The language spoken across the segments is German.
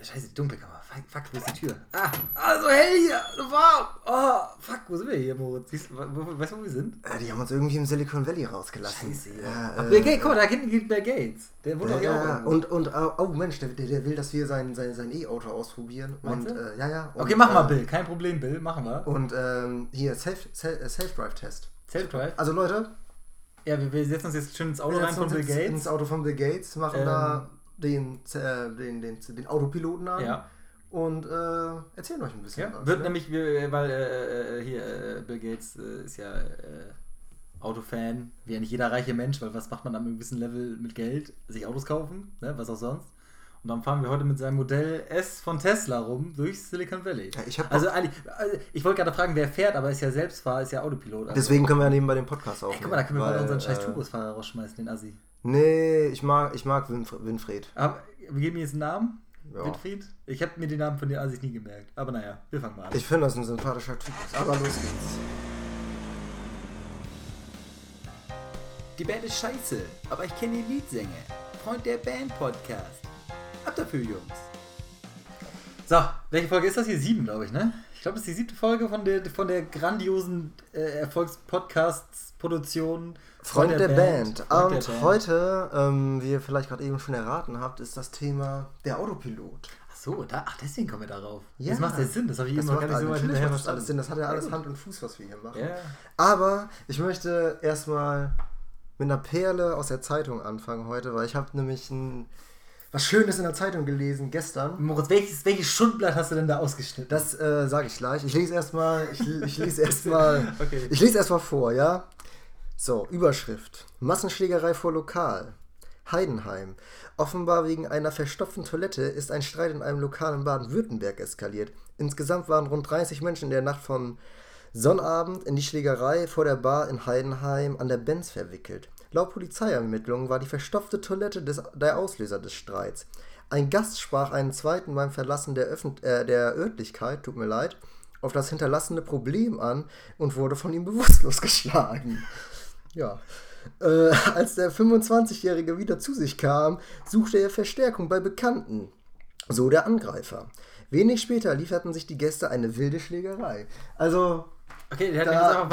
scheiße, dunkle Kamera. Fuck, wo ist die Tür? So hell hier, so warm. Oh, fuck, wo sind wir hier, Moritz? Weißt du, wo wir sind? Die haben uns irgendwie im Silicon Valley rausgelassen. Scheiße, ja. Bill Gates, guck mal, da hinten geht Bill Gates. Der wohnt ja, auch. Oh Mensch, der will, dass wir sein E-Auto ausprobieren. Meinst und du? ja. Und, okay, mach mal, Bill. Kein Problem, Bill. Machen wir. Und hier, Self-Drive-Test. Self-Drive? Also Leute. Ja, wir setzen uns jetzt schön ins Auto rein von Bill Gates. Ins Auto von Bill Gates, machen da den Autopiloten an. Ja. Und erzählen euch ein bisschen was. Wird nämlich, weil hier Bill Gates ist ja Autofan, wie ja nicht jeder reiche Mensch, weil was macht man am gewissen Level mit Geld? Sich Autos kaufen, ne? Was auch sonst. Und dann fahren wir heute mit seinem Modell S von Tesla rum durch Silicon Valley. Ja, ich wollte gerade fragen, wer fährt, aber ist ja Selbstfahrer, ist ja Autopilot. Also deswegen können wir ja nebenbei den Podcast aufnehmen. Guck mal, da können wir mal unseren scheiß Turbusfahrer rausschmeißen, den Assi. Nee, ich mag Winfried. Aber wir geben ihm jetzt einen Namen? Ja. Winfried? Ich habe mir den Namen von den Assis nie gemerkt. Aber naja, wir fangen mal an. Ich finde das ein sympathischer Typ. Aber los geht's. Die Band ist scheiße, aber ich kenne den Leadsänger. Freund der Band-Podcast. Ab dafür, Jungs. So, welche Folge ist das hier? 7, glaube ich, ne? Ich glaube, das ist die 7. Folge von der grandiosen Erfolgspodcast-Produktion Freund der Band. Und heute, wie ihr vielleicht gerade eben schon erraten habt, ist das Thema der Autopilot. Ach so, deswegen kommen wir darauf. Ja, das macht ja Sinn, das habe ich immer gar nicht so weit hinterher verstanden. Alles Sinn, das hat ja alles Hand und Fuß, was wir hier machen. Ja. Aber ich möchte erstmal mit einer Perle aus der Zeitung anfangen heute, weil ich habe nämlich was Schönes in der Zeitung gelesen gestern. Moritz, welches Schundblatt hast du denn da ausgeschnitten? Das sage ich gleich. Ich lese erstmal okay. Ich lese erstmal vor, ja? So, Überschrift. Massenschlägerei vor Lokal. Heidenheim. Offenbar wegen einer verstopften Toilette ist ein Streit in einem Lokal in Baden-Württemberg eskaliert. Insgesamt waren rund 30 Menschen in der Nacht von Sonnabend in die Schlägerei vor der Bar in Heidenheim an der Benz verwickelt. Laut Polizeiermittlungen war die verstopfte Toilette der Auslöser des Streits. Ein Gast sprach einen zweiten beim Verlassen der Örtlichkeit, tut mir leid, auf das hinterlassene Problem an und wurde von ihm bewusstlos geschlagen. Ja. Als der 25-Jährige wieder zu sich kam, suchte er Verstärkung bei Bekannten. So der Angreifer. Wenig später lieferten sich die Gäste eine wilde Schlägerei. Also... Okay, der hat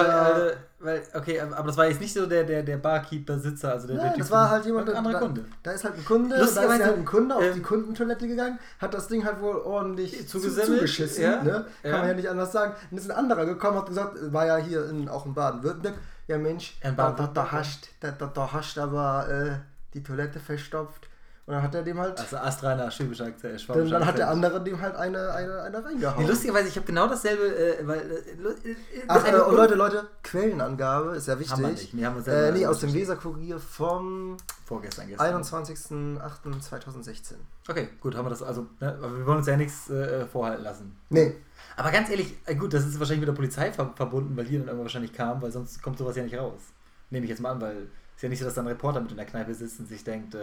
okay, aber das war jetzt nicht so der Barkeeper-Sitzer, also der Typ. Das war halt jemand, ein anderer Kunde. Da ist halt ein Kunde, da ist halt ein Kunde auf die Kundentoilette gegangen, hat das Ding halt wohl ordentlich zugeschissen, ja, ne? Kann man ja nicht anders sagen. Und ist ein anderer gekommen, hat gesagt, war ja hier auch in Baden-Württemberg, ja Mensch, da hast aber die Toilette verstopft. Und dann hat er dem halt... Also astreiner Schwäbischer Dann hat der andere dem halt eine reingehauen. Nee, lustigerweise, ich habe genau dasselbe, und Leute, Quellenangabe ist ja wichtig. Haben wir nicht. Nee, aus dem Weserkurier vom gestern. 21.08.2016. Okay, gut, haben wir das, also, ne, aber wir wollen uns ja nichts vorhalten lassen. Nee. Aber ganz ehrlich, gut, das ist wahrscheinlich mit der Polizei verbunden, weil die dann irgendwann wahrscheinlich kam, weil sonst kommt sowas ja nicht raus. Nehme ich jetzt mal an, weil es ist ja nicht so, dass da ein Reporter mit in der Kneipe sitzt und sich denkt,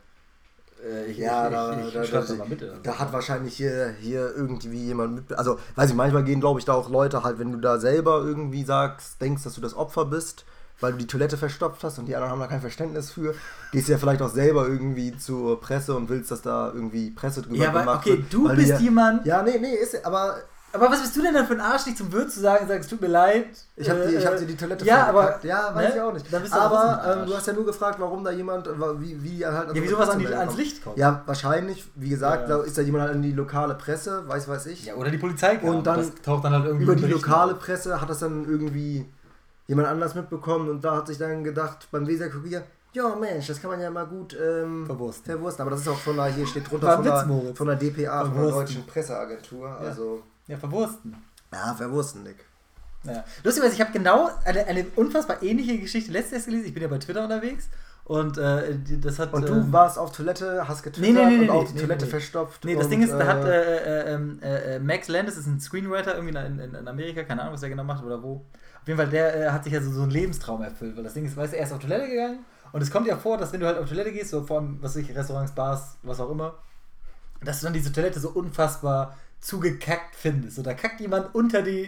da hat wahrscheinlich hier irgendwie jemand mit. Also, weiß ich, manchmal gehen, glaube ich, da auch Leute halt, wenn du da selber irgendwie denkst, dass du das Opfer bist, weil du die Toilette verstopft hast und die anderen haben da kein Verständnis für, gehst ja vielleicht auch selber irgendwie zur Presse und willst, dass da irgendwie Presse drüber gemacht wird. Okay, du bist jemand. Ja, nee, ist, aber was bist du denn dann für ein Arsch, dich zum Wirt zu sagen, sagst, tut mir leid. Ich hab dir die Toilette verpackt. Ja, weiß ich auch nicht. Aber du hast ja nur gefragt, warum da jemand, wie halt... Ja, wie sowas ans Licht kommt. Ja, wahrscheinlich, wie gesagt, da ist da jemand halt in die lokale Presse, weiß ich. Ja, oder die Polizei kam. Und dann das taucht dann halt irgendwie über die lokale Presse hat das dann irgendwie jemand anders mitbekommen und da hat sich dann gedacht, beim Weserkurier, ja Mensch, das kann man ja mal gut verwursten. Aber das ist auch hier steht drunter von der DPA, von der Deutschen Presseagentur. Ja. Also... Ja, verwursten. Ja, verwursten, Dick. Ja. Lustigerweise, ich habe genau eine unfassbar ähnliche Geschichte letztes gelesen. Ich bin ja bei Twitter unterwegs und das hat... Und du warst auf Toilette, hast getwittert und auch die Toilette verstopft. Nee, das Ding ist, da hat Max Landis, ist ein Screenwriter irgendwie in Amerika, keine Ahnung, was der genau macht oder wo. Auf jeden Fall, der hat sich also so einen Lebenstraum erfüllt, weil das Ding ist, weißt du, er ist auf Toilette gegangen und es kommt ja vor, dass wenn du halt auf Toilette gehst, so vor allem, was weiß ich, Restaurants, Bars, was auch immer, dass du dann diese Toilette so unfassbar zugekackt findest. So, da kackt jemand unter die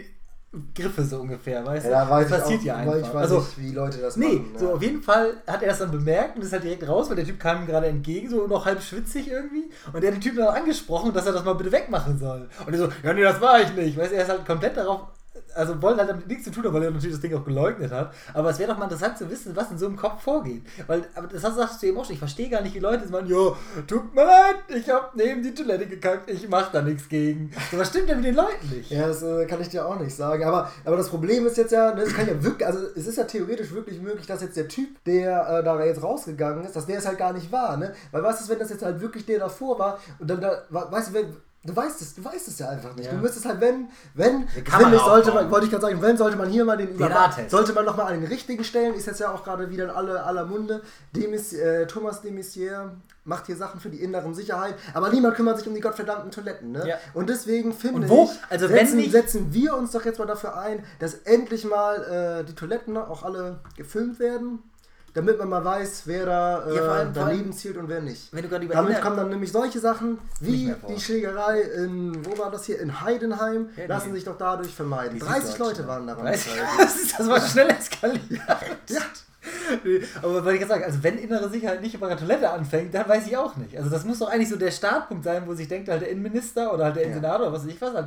Griffe so ungefähr, weißt du? Ja, da weiß das ich passiert auch, ja weil einfach. ich weiß nicht, wie Leute das Nee, machen. so auf jeden Fall hat er das dann bemerkt und ist halt direkt raus, weil der Typ kam ihm gerade entgegen, so noch halb schwitzig irgendwie. Und der hat den Typen dann angesprochen, dass er das mal bitte wegmachen soll. Und er so, ja nee, das war ich nicht. Weißt du, er ist halt komplett darauf, also wollte halt damit nichts zu tun haben, weil er natürlich das Ding auch geleugnet hat. Aber es wäre doch mal interessant zu wissen, was in so einem Kopf vorgeht. Weil, aber das sagst du eben auch schon, ich verstehe gar nicht, wie Leute sagen, ja, tut mir leid, ich hab neben die Toilette gekackt, ich mach da nichts gegen. So, was stimmt denn mit den Leuten nicht? Ja, das kann ich dir auch nicht sagen. Aber das Problem ist jetzt ja, das kann ja wirklich, also es ist ja theoretisch wirklich möglich, dass jetzt der Typ, der da jetzt rausgegangen ist, dass der es halt gar nicht war, ne? Weil was ist, wenn das jetzt halt wirklich der davor war und dann da, weißt du, wenn. Du weißt es ja einfach nicht. Ja. Du müsstest halt, wenn sollte man hier mal den sollte man nochmal an den richtigen stellen, ist jetzt ja auch gerade wieder in aller Munde. Thomas de Maizière macht hier Sachen für die inneren Sicherheit, aber niemand kümmert sich um die gottverdammten Toiletten, ne? Ja. Und deswegen finde ich, setzen wir uns doch jetzt mal dafür ein, dass endlich mal die Toiletten auch alle gefilmt werden. Damit man mal weiß, wer da daneben zielt und wer nicht. Damit kommen dann nämlich solche Sachen wie die Schlägerei wo war das hier? In Heidenheim, lassen sich doch dadurch vermeiden. 30 Leute waren daran beteiligt. Das war schnell eskaliert. Ja. Aber weil ich gerade sage, also wenn innere Sicherheit nicht bei der Toilette anfängt, dann weiß ich auch nicht. Also das muss doch eigentlich so der Startpunkt sein, wo sich denkt halt der Innenminister oder halt der Senator oder was weiß ich was, halt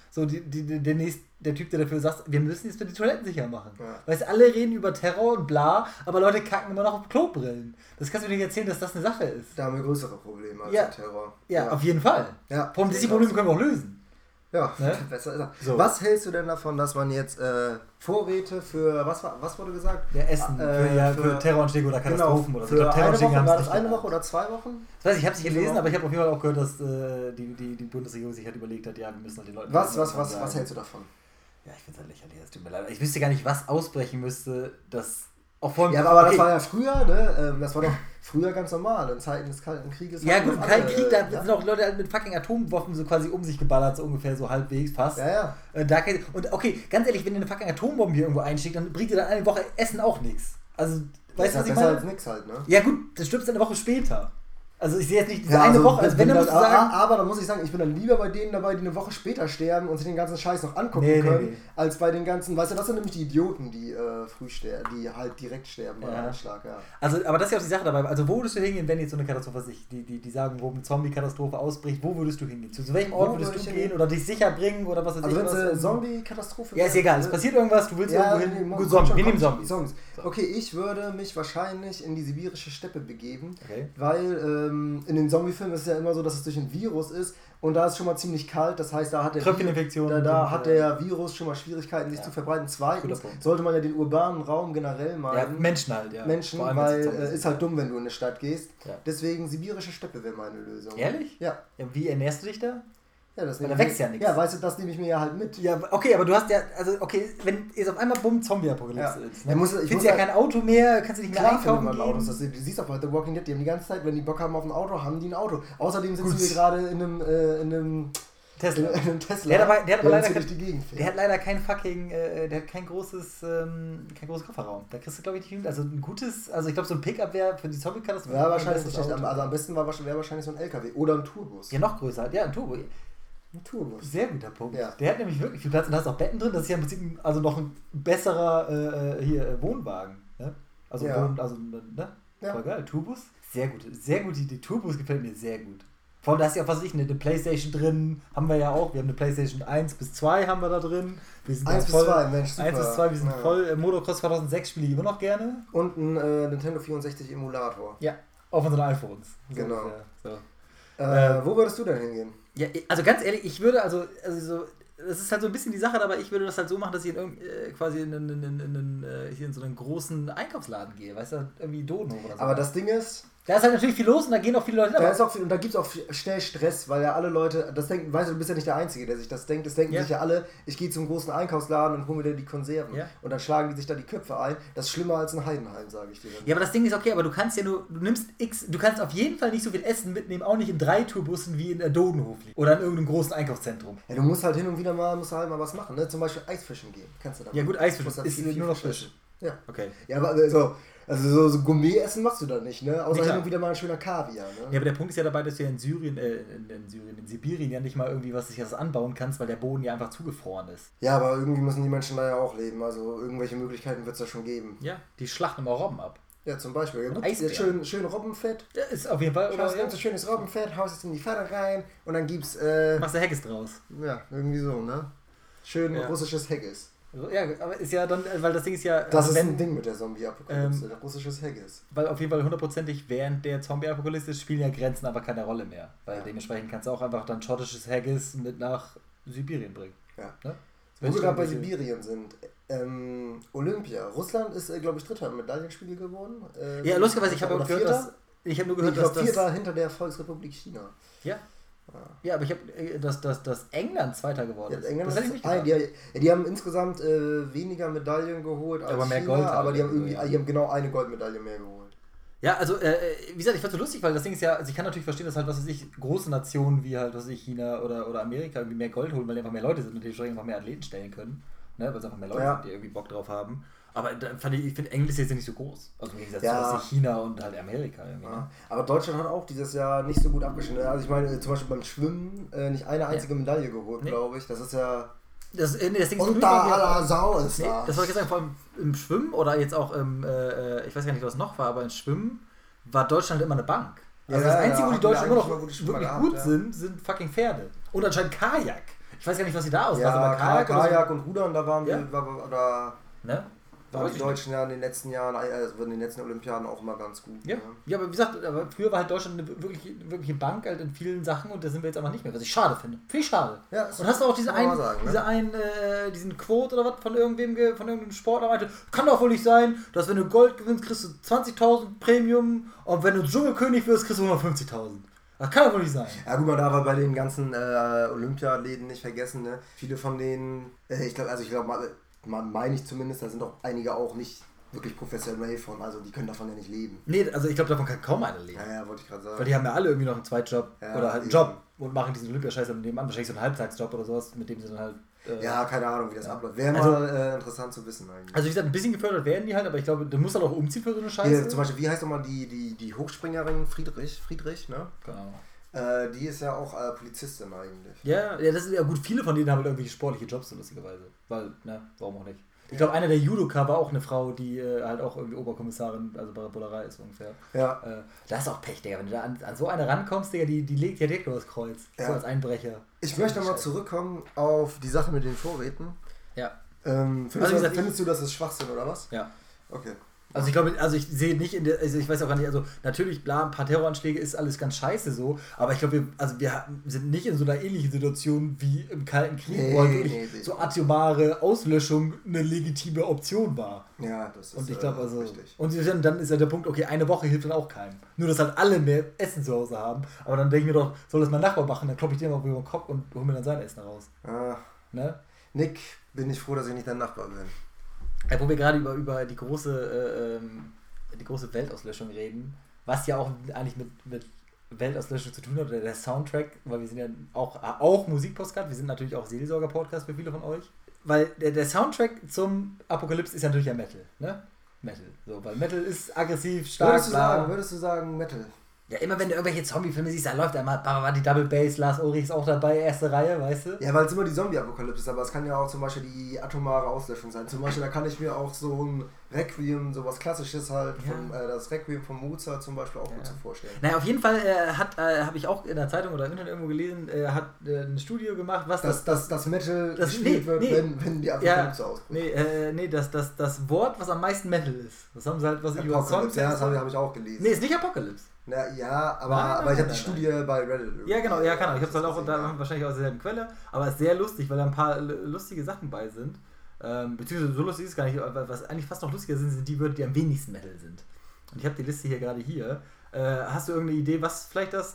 der Typ, der dafür sagt, wir müssen jetzt für die Toiletten sicher machen. Ja. Weißt du, alle reden über Terror und bla, aber Leute kacken immer noch auf Klobrillen. Das kannst du mir nicht erzählen, dass das eine Sache ist. Da haben wir größere Probleme als der Terror. Ja, auf jeden Fall. Ja, diese Probleme können wir auch lösen. Ja, ne? Besser ist er. So. Was hältst du denn davon, dass man jetzt Vorräte für, was wurde gesagt? Ja, Essen, für Terroranschläge oder Katastrophen oder so. Für eine Woche, war das eine Woche oder 2 Wochen? Ich weiß, ich habe es nicht gelesen, aber ich habe auf jeden Fall auch gehört, dass die Bundesregierung sich halt überlegt hat, ja, wir müssen halt den Leuten... Was hältst du davon? Ja, ich finde es halt lächerlich, das tut mir leid. Ich wüsste gar nicht, was ausbrechen müsste, das... Auch vor ja, aber das war ja früher, ne? Das war doch früher ganz normal, in Zeiten des Kalten Krieges. Ja gut, im Kalten Krieg, da sind auch Leute halt mit fucking Atomwaffen so quasi um sich geballert, so ungefähr so halbwegs fast. Ja. Und okay, ganz ehrlich, wenn ihr eine fucking Atombombe hier irgendwo einschickt, dann bringt ihr dann eine Woche Essen auch nichts. Also, weißt du, was ich meine? Besser als nix halt, ne? Ja gut, das stirbst eine Woche später. Also ich sehe jetzt nicht diese eine Woche, also wenn dann aber da muss ich sagen, ich bin dann lieber bei denen dabei, die eine Woche später sterben und sich den ganzen Scheiß noch angucken können, als bei den ganzen, weißt du, das sind nämlich die Idioten, die früh sterben, die halt direkt sterben bei einem Anschlag, ja. Also, aber das ist ja auch die Sache dabei, also wo würdest du hingehen, wenn jetzt so eine Katastrophe die sagen, wo eine Zombie-Katastrophe ausbricht, wo würdest du hingehen? Zu welchem Ort würdest du gehen oder dich sicher bringen oder was weiß ich? Also wenn es eine Zombie-Katastrophe ist egal, es passiert irgendwas, du willst irgendwo hin, wir nehmen Zombies. Okay, ich würde mich wahrscheinlich in die sibirische Steppe begeben, weil in den Zombie-Filmen ist es ja immer so, dass es durch ein Virus ist und da ist schon mal ziemlich kalt, das heißt, da hat der Virus schon mal Schwierigkeiten, sich zu verbreiten. Zweitens sollte man ja den urbanen Raum generell meiden. Ja, Menschen halt, ja. Menschen, weil ist halt dumm, wenn du in eine Stadt gehst. Ja. Deswegen sibirische Steppe wäre meine Lösung. Ehrlich? Ja. Wie ernährst du dich da? Ja, das da wächst ja nichts. Ja, weißt du, das nehme ich mir ja halt mit. Ja, okay, aber du hast ja, also okay, wenn jetzt auf einmal Zombie-Apokalypse ist, ne? Findest ja kein Auto mehr, kannst du nicht mehr einkaufen gehen. Autos. Du siehst auch bei The Walking Dead, die haben die ganze Zeit, wenn die Bock haben auf ein Auto, haben die ein Auto. Außerdem sitzen wir gerade in einem Tesla. Der hat leider kein fucking, der hat kein großes Kofferraum. Da kriegst du, glaube ich, nicht, also ein gutes, also ich glaube, so ein Pickup wäre für die Zombie-Katastrophe. Ja, wahrscheinlich nicht schlecht, also am besten wäre wahrscheinlich so ein LKW oder ein Tourbus. Ja, noch größer, ja, ein Turbo. Ein Tourbus. Sehr guter Punkt. Ja. Der hat nämlich wirklich viel Platz und da ist auch Betten drin. Das ist ja im Prinzip also noch ein besserer Wohnwagen. Ne? Also, ja. Ne? Ja. Voll geil. Tourbus. Sehr gute Idee. Tourbus gefällt mir sehr gut. Vor allem, da ist ja auch, was weiß ich, eine Playstation drin. Haben wir ja auch. Wir haben eine Playstation 1 bis 2 haben wir da drin. Wir sind 1 bis 2, Mensch, super. 1 bis 2, wir sind voll. Motocross 2006 spiele ich immer noch gerne. Und ein Nintendo 64 Emulator. Ja, auf unseren iPhones. Genau. So. Wo würdest du denn hingehen? Ja, also ganz ehrlich, ich würde, also so, das ist halt so ein bisschen die Sache, aber ich würde das halt so machen, dass ich quasi hier in so einen großen Einkaufsladen gehe, weißt du, irgendwie Dono oder so. Aber das Ding ist, da ist halt natürlich viel los und da gehen auch viele Leute hin. Und da gibt es auch schnell Stress, weil ja alle Leute, das denken, weißt du, du bist ja nicht der Einzige, der sich das denkt, das denken sich ja alle, ich gehe zum großen Einkaufsladen und hole mir die Konserven. Ja. Und dann schlagen die sich da die Köpfe ein. Das ist schlimmer als ein Heidenheim, sage ich dir dann. Ja, aber das Ding ist okay, aber du kannst ja nur, du kannst auf jeden Fall nicht so viel Essen mitnehmen, auch nicht in 3 Tourbussen wie in der Dodenhof oder in irgendeinem großen Einkaufszentrum. Ja, du musst halt hin und wieder mal, was machen, ne? Zum Beispiel Eisfischen gehen. Kannst du da ja gut, Eisfischen ist nur noch Fisch. Ja. Okay. Ja, aber so, Also so Gourmet-Essen machst du da nicht, ne? Außer Nee, hin und wieder mal ein schöner Kaviar, ne? Ja, aber der Punkt ist ja dabei, dass du ja in Sibirien ja nicht mal irgendwie was anbauen kannst, weil der Boden ja einfach zugefroren ist. Ja, aber irgendwie müssen die Menschen da ja auch leben. Also irgendwelche Möglichkeiten wird es da schon geben. Ja, die schlachten immer Robben ab. Ja, zum Beispiel. Ja, gut, Eisbären. jetzt schön Robbenfett. Ja, ist auf jeden Fall. Schaust ganz schönes Robbenfett, haust es in die Pfanne rein und dann gibt's... Machst du Haggis draus. Ja, irgendwie so, ne? Schön Ja. russisches Haggis. Ja, aber ist ja dann, weil das Ding ist ja... Das also ist ein Ding mit der Zombie-Apokalypse, russisches Haggis. Weil auf jeden Fall hundertprozentig während der Zombie-Apokalypse spielen ja Grenzen aber keine Rolle mehr. Weil dementsprechend kannst du auch einfach dann schottisches Haggis mit nach Sibirien bringen. Ja. Ne? Wo wir gerade bei Sibirien sind. Olympia. Russland ist, glaube ich, Dritter im Medaillenspiegel geworden. Ja, lustigerweise, ich habe nur gehört, dass das... Vierter hinter der Volksrepublik China. Ja. Ja, aber ich habe, dass England Zweiter geworden ist. England Das hätte ich nicht ist, gedacht. die haben insgesamt weniger Medaillen geholt als aber mehr China, Gold, aber die haben genau eine Goldmedaille mehr geholt. Ja, also, wie gesagt, ich fand es so lustig, weil das Ding ist ja, also ich kann natürlich verstehen, dass halt, was weiß ich, große Nationen wie halt, was weiß ich, China oder Amerika irgendwie mehr Gold holen, weil die einfach mehr Leute sind und die schon einfach mehr Athleten stellen können. Ne, weil es einfach mehr Leute sind, die irgendwie Bock drauf haben. Aber da fand ich finde Englisch jetzt nicht so groß. Also im Gegensatz zu was ich, China und halt Amerika irgendwie. Ja. Ne? Aber Deutschland hat auch dieses Jahr nicht so gut abgeschnitten. Also ich meine, zum Beispiel beim Schwimmen nicht eine einzige Medaille geholt, glaube ich. Das ist ja... Das Ding ist unter aller Sau ist da. Das wollte ich sagen, vor allem im Schwimmen oder jetzt auch im, ich weiß gar nicht, was noch war, aber im Schwimmen war Deutschland immer eine Bank. Also das Einzige, wo die Deutschen immer noch wirklich gut sind fucking Pferde. Und anscheinend Kajak. Ich weiß gar nicht, was sie da auslassen. Ja, aber Kajak und Rudern, da waren wir, ne? waren die Deutschen ja in den letzten Jahren, also in den letzten Olympiaden auch immer ganz gut. Ja, Ne? ja, aber wie gesagt, aber früher war halt Deutschland eine wirkliche Bank halt in vielen Sachen und da sind wir jetzt einfach nicht mehr, was ich schade finde. Finde ich schade. Ja, und hast du auch diesen Quote oder was von irgendeinem Sportler meinte, kann doch wohl nicht sein, dass wenn du Gold gewinnst, kriegst du 20.000 Premium und wenn du Dschungelkönig wirst, kriegst du 150.000. Das kann doch wohl nicht sein. Ja gut, man darf aber bei den ganzen Olympialäden nicht vergessen, ne? Viele von denen, ich glaube, meine ich zumindest, da sind auch einige auch nicht wirklich professionell von, also die können davon ja nicht leben. Nee, also ich glaube, davon kann kaum einer leben. Ja, wollte ich gerade sagen. Weil die haben ja alle irgendwie noch einen Zweitjob oder halt einen eben. Job und machen diesen Olympiascheiß dann nebenan, wahrscheinlich so einen Halbtagsjob oder sowas, mit dem sie dann halt... ja, keine Ahnung, wie das abläuft. Wäre mal interessant zu wissen eigentlich. Also wie gesagt, ein bisschen gefördert werden die halt, aber ich glaube, du musst halt auch umziehen für so eine Scheiße. Hier, zum Beispiel, wie heißt nochmal die Hochspringerin Friedrich, ne? Keine Ahnung. Die ist ja auch Polizistin eigentlich. Ja, das ist ja gut, viele von denen haben halt irgendwelche sportliche Jobs, so lustigerweise. Weil, ne, warum auch nicht. Ich glaube, einer der Judoka war auch eine Frau, die halt auch irgendwie Oberkommissarin, also bei der Bullerei ist ungefähr. Ja. Da ist auch Pech, Digga. Wenn du da an so eine rankommst, Digga, die legt ja direkt über das Kreuz. Ja. So als Einbrecher. Ich möchte nochmal zurückkommen auf die Sache mit den Vorräten. Ja. Findest du, das ist Schwachsinn oder was? Ja. Okay. Also ich glaube, ich sehe nicht also ich weiß auch gar nicht, also natürlich, klar, ein paar Terroranschläge ist alles ganz scheiße so, aber ich glaube, wir sind nicht in so einer ähnlichen Situation wie im Kalten Krieg, wo halt so atomare Auslöschung eine legitime Option war. Ja, das ist und ich glaube, richtig. Und dann ist ja der Punkt, okay, eine Woche hilft dann auch keinem. Nur, dass halt alle mehr Essen zu Hause haben, aber dann denke ich mir doch, soll das mein Nachbar machen, dann kloppe ich dir mal über den Kopf und hole mir dann sein Essen raus. Ne? Nick, bin ich froh, dass ich nicht dein Nachbar bin. Wo wir gerade über die große Weltauslöschung reden, was ja auch eigentlich mit Weltauslöschung zu tun hat, oder der Soundtrack, weil wir sind ja auch Musikpodcast, wir sind natürlich auch Seelsorger-Podcast für viele von euch. Weil der Soundtrack zum Apokalypse ist ja natürlich ja Metal, ne? Metal. So, weil Metal ist aggressiv, stark. Würdest du sagen Metal? Ja, immer wenn du irgendwelche Zombie-Filme siehst, da läuft einmal die Double Bass, Lars Ulrich ist auch dabei, erste Reihe, weißt du? Ja, weil es immer die Zombie-Apokalypse ist, aber es kann ja auch zum Beispiel die atomare Auslöschung sein. Zum Beispiel, da kann ich mir auch so ein Requiem, sowas Klassisches halt, das Requiem von Mozart zum Beispiel auch gut zu vorstellen. Naja, auf jeden Fall habe ich auch in der Zeitung oder im Internet irgendwo gelesen, hat ein Studio gemacht, was das Metal gespielt wird, wenn die Apokalypse ausbricht. Das Wort, was am meisten Metal ist. Das haben sie halt, was über Songs. Ja, das habe ich auch gelesen. Nee, ist nicht Apocalypse. Na, ja, aber ich habe die Studie bei Reddit. Ja, genau, ja, kann auch. Ich habe es halt auch wahrscheinlich aus derselben Quelle, aber es ist sehr lustig, weil da ein paar lustige Sachen bei sind. Beziehungsweise so lustig ist es gar nicht, was eigentlich fast noch lustiger sind die Wörter, die am wenigsten Metal sind. Und ich habe die Liste hier gerade hier. Hast du irgendeine Idee, was vielleicht das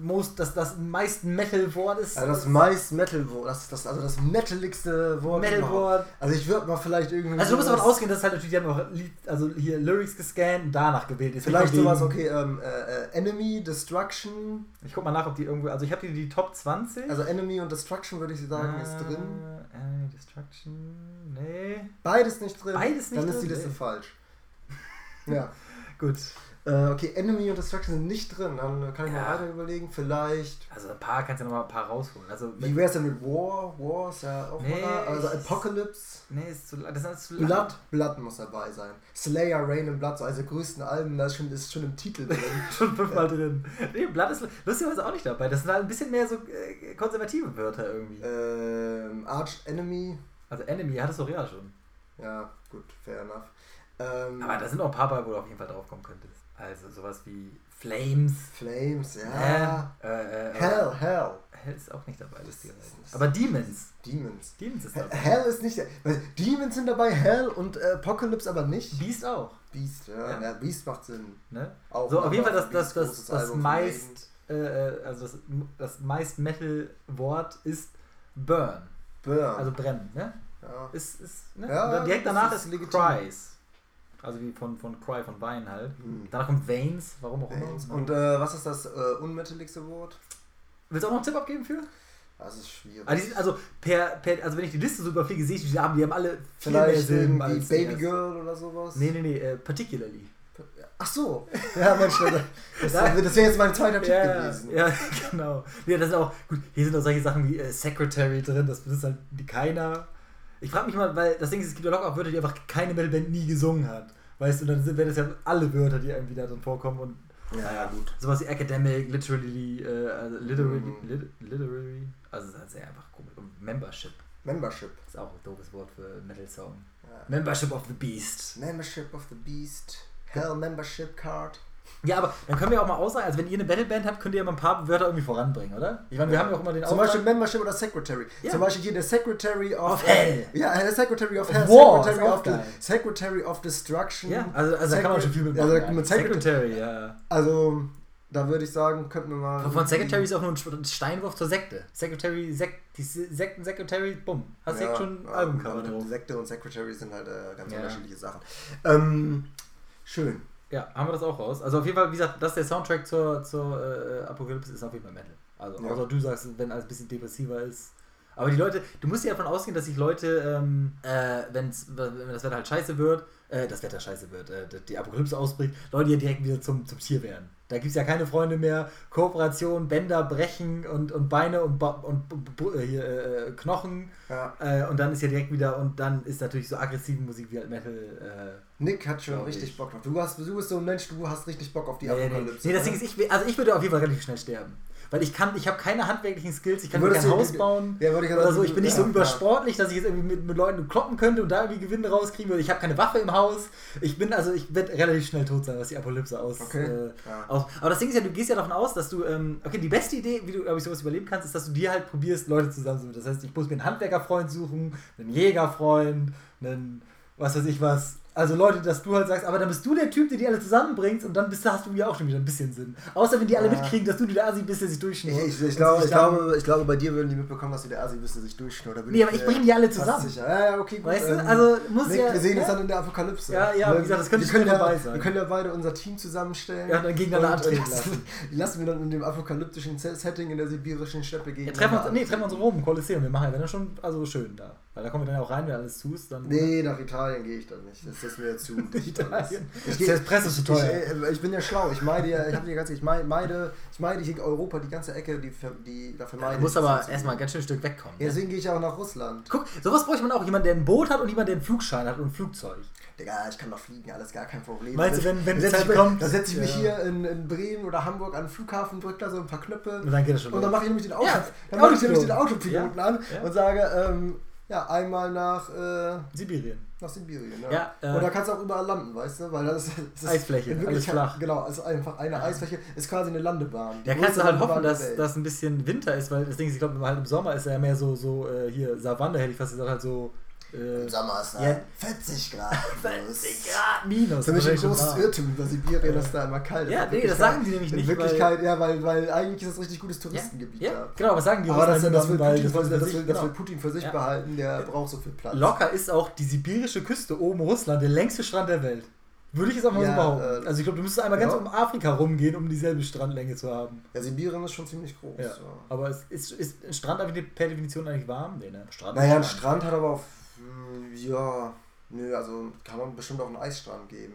meisten Metal-Wort ist? Also das meist Metal-Wort, das metaligste Wort. Metal-Wort. Also ich würde mal vielleicht irgendwie... Also du musst davon ausgehen, dass halt natürlich die haben auch hier Lyrics gescannt und danach gewählt ist. Vielleicht sowas, okay, Enemy, Destruction. Ich guck mal nach, ob die irgendwo... Also ich habe hier die Top 20. Also Enemy und Destruction würde ich sagen, ist drin. Destruction... Nee. Beides nicht drin. Beides nicht Dann drin. ist die Liste falsch. Ja. Gut. Okay, Enemy und Destruction sind nicht drin. Dann kann ich mal weiter überlegen. Vielleicht. Also ein paar kannst du ja noch mal ein paar rausholen. Also Wie wär's denn mit War? War ist ja auch mal. Also Apocalypse. Nee, das ist zu lang. Blood muss dabei sein. Slayer, Rain and Blood, so eines der größten Alben, das ist schon im Titel drin. Schon 5-mal drin. Nee, Blood ist lustigerweise auch nicht dabei. Das sind halt ein bisschen mehr so konservative Wörter irgendwie. Arch Enemy. Also Enemy hattest du doch ja schon. Ja, gut, fair enough. Aber da sind noch ein paar bei, wo du auf jeden Fall drauf kommen könntest. Also sowas wie Flames. Flames, ja. Hell. Hell ist auch nicht dabei. Aber Demons. Demons ist dabei. Hell ist nicht dabei. Demons sind dabei, Hell und Apocalypse aber nicht. Beast auch. Beast, ja. Beast macht Sinn. Ne? Auch so, auf jeden Fall das meist Metal-Wort ist Burn. Also brennen, ne? Ja. Ist ne? Ja, und dann direkt danach ist legitim. Cries. Also wie von Cry, von Wein halt. Danach kommt Veins, warum auch immer. Und was ist das unmetaligste Wort? Willst du auch noch einen Tipp abgeben für? Das ist schwierig. Also wenn ich die Liste so überfliege, sehe ich, die haben alle viel vielleicht mehr Silben als Baby Girl oder sowas? Nee, particularly. Ach so. Ja, Mensch, das wäre jetzt mein zweiter Tipp gewesen. Ja, genau. Ja, das ist auch gut. Hier sind auch solche Sachen wie Secretary drin, das ist halt keiner. Ich frage mich mal, weil das Ding ist, es gibt ja locker auch Wörter, die einfach keine Metalband nie gesungen hat. Weißt du, dann wären das ja alle Wörter, die irgendwie da drin vorkommen und ja, gut. Sowas wie Academic, Literary, also das ist ja einfach komisch. Und Membership. Ist auch ein doofes Wort für Metal-Song. Ja. Membership of the Beast. Hell Membership Card. Ja, aber dann können wir auch mal aussagen, also wenn ihr eine Battleband habt, könnt ihr ja mal ein paar Wörter irgendwie voranbringen, oder? Ich meine, wir haben ja auch immer den Zum Beispiel Membership oder Secretary. Ja. Zum Beispiel hier der Secretary of Hell. Ja, der Secretary of Hell. War, Secretary of Destruction. Ja, also da kann man schon viel mit machen. Also mit Secretary, ja. Also, da würde ich sagen, könnten wir mal... Von Secretary ist auch nur ein Steinwurf zur Sekte. Die Sekten-Secretary, bumm. Hast du ja schon ein Albumcover drauf. Sekte und Secretary sind halt ganz unterschiedliche Sachen. Schön. Ja, haben wir das auch raus. Also auf jeden Fall, wie gesagt, das ist der Soundtrack zur Apokalypse, ist auf jeden Fall Metal. Also außer du sagst, wenn alles ein bisschen depressiver ist. Aber die Leute, du musst ja davon ausgehen, dass sich Leute, wenn das Wetter halt scheiße wird, die Apokalypse ausbricht, Leute ja direkt wieder zum Tier werden. Da gibt es ja keine Freunde mehr, Kooperation, Bänder brechen und Beine und Knochen. Ja. Und dann ist ja direkt wieder, und dann ist natürlich so aggressive Musik wie halt Metal. Nick hat schon richtig Bock drauf. Du bist so ein Mensch, du hast richtig Bock auf die Apokalypse. Nee, das Ding ist, ich würde auf jeden Fall relativ schnell sterben. Weil ich habe keine handwerklichen Skills, ich kann mir kein Haus bauen oder so. Ich bin nicht so übersportlich, dass ich jetzt irgendwie mit Leuten kloppen könnte und da irgendwie Gewinne rauskriegen würde. Ich habe keine Waffe im Haus. Ich werde relativ schnell tot sein, was die Apokalypse aus. Aber das Ding ist ja, du gehst ja davon aus, dass du, die beste Idee, wie du, glaube ich, sowas überleben kannst, ist, dass du dir halt probierst, Leute zusammenzusuchen. Das heißt, ich muss mir einen Handwerkerfreund suchen, einen Jägerfreund, einen, was weiß ich was. Also Leute, dass du halt sagst, aber dann bist du der Typ, der die alle zusammenbringst und dann hast du ja auch schon wieder ein bisschen Sinn. Außer wenn die alle mitkriegen, dass du der Asi bist, der sich durchschnurrt. Ich glaube, bei dir würden die mitbekommen, dass du der Asi bist, der sich durchschnurrt. Nee, aber ich bringe die alle zusammen. Ja, okay, gut. Weißt du, also muss Nick, wir sehen uns dann in der Apokalypse. Ja, wie gesagt, das könnte schon dabei sein. Wir können ja beide unser Team zusammenstellen. Ja, und dann gegeneinander antreten lassen. Die lassen wir dann in dem apokalyptischen Setting in der sibirischen Steppe gehen. Treffen wir uns in Rom, im Kolosseum. Wir machen ja dann schon schön da. Weil da kommen wir dann auch rein, wenn alles zu ist. Nee, nach Italien gehe ich dann nicht. Das ist mir zu... Italien. Der Presse ist zu teuer. Ich bin ja schlau. Ich meide hier Europa, die ganze Ecke, da vermeide ich. Du musst aber erstmal ein ganz schönes Stück wegkommen. Ja, deswegen gehe ich auch nach Russland. Guck, sowas bräuchte man auch. Jemand, der ein Boot hat und jemand, der einen Flugschein hat und ein Flugzeug. Digga, ich kann doch fliegen, alles gar kein Problem. Meinst du, wenn die Zeit kommt? Da setze ich mich hier in Bremen oder Hamburg an den Flughafen, drücke da so ein paar Knöpfe. Und dann geht das schon los. Und dann mache ich nämlich den Autopiloten an und sage, einmal nach Sibirien. Nach Sibirien, ja. Und da kannst du auch überall landen, weißt du? Weil das ist Eisfläche, alles flach. Genau, es ist einfach eine Eisfläche, ist quasi eine Landebahn. Ja, kannst du halt hoffen, dass das ein bisschen Winter ist, weil das Ding ist, ich glaube, halt im Sommer ist ja mehr so hier Savanne, hätte ich fast gesagt, halt so. Im Sommer ist da 40 Grad. 40 Grad minus. Das ist nämlich ein großes Irrtum über Sibirien, dass da immer kalt ist. Ja, nee, das sagen die nämlich nicht. In Wirklichkeit, weil eigentlich ist das richtig gutes Touristengebiet da. Ja, genau, was sagen die? Aber das will Putin für sich behalten, der braucht so viel Platz. Locker ist auch die sibirische Küste oben Russland der längste Strand der Welt. Würde ich jetzt auch mal so behaupten. Also ich glaube, du müsstest einmal ganz um Afrika rumgehen, um dieselbe Strandlänge zu haben. Ja, Sibirien ist schon ziemlich groß. Ja. Aber ist ein Strand per Definition eigentlich warm? Nee, ne? Ein Strand hat aber auch... also kann man bestimmt auch einen Eisstrand geben, ne?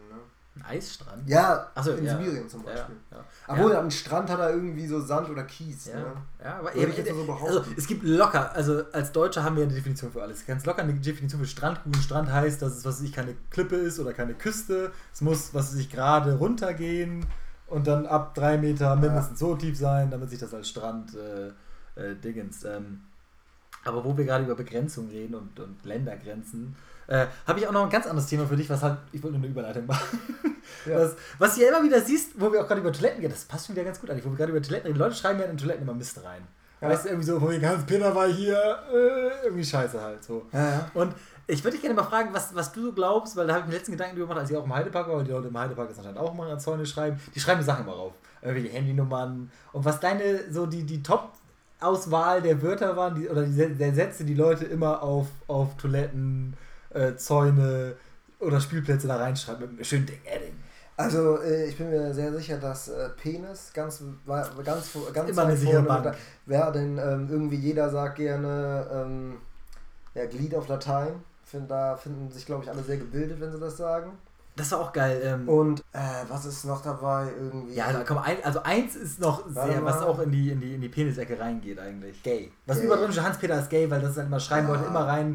Ein Eisstrand? Ja, Achso, in ja. Sibirien zum Beispiel. Ja. Obwohl, am Strand hat er irgendwie so Sand oder Kies. Ja, Ne? ja, aber Würde ich jetzt so behaupten. also es gibt locker, also als Deutscher haben wir eine Definition für alles. Ganz locker eine Definition für Strand. Gut, Strand heißt, dass es, was weiß ich, keine Klippe ist oder keine Küste. Es muss, was weiß ich, gerade runtergehen und dann ab 3 Meter mindestens so tief sein, damit sich das als Strand dingens. Aber wo wir gerade über Begrenzung reden und Ländergrenzen, habe ich auch noch ein ganz anderes Thema für dich, was halt, ich wollte nur eine Überleitung machen. Ja. Was du ja immer wieder siehst, wo wir auch gerade über Toiletten gehen, das passt schon wieder ganz gut an, wo wir gerade über Toiletten reden. Die Leute schreiben ja in Toiletten immer Mist rein. Ja. Weißt du, irgendwie so, Hans-Peter war hier, irgendwie scheiße halt. So. Ja. Und ich würde dich gerne mal fragen, was du so glaubst, weil da habe ich mir letzten Gedanken drüber gemacht, als ich auch im Heidepark war, weil die Leute im Heidepark das anscheinend auch mal an Zäune schreiben. Die schreiben die Sachen immer rauf. Irgendwelche Handynummern. Und was deine, so die Top-Auswahl der Wörter waren, der Sätze, die Leute immer auf Toiletten, Zäune oder Spielplätze da reinschreiben mit einem schönen Ding. Also ich bin mir sehr sicher, dass Penis ganz immer eine sichere Bank. Wer denn irgendwie jeder sagt gerne Glied auf Latein. Da finden sich, glaube ich, alle sehr gebildet, wenn sie das sagen. Das war auch geil. Und was ist noch dabei irgendwie? Ja, komm, eins ist noch sehr, was auch in die Penisecke reingeht eigentlich. Gay. Was gay. überall drin steht, Hans-Peter ist gay, weil das ist halt immer, schreiben Leute immer rein,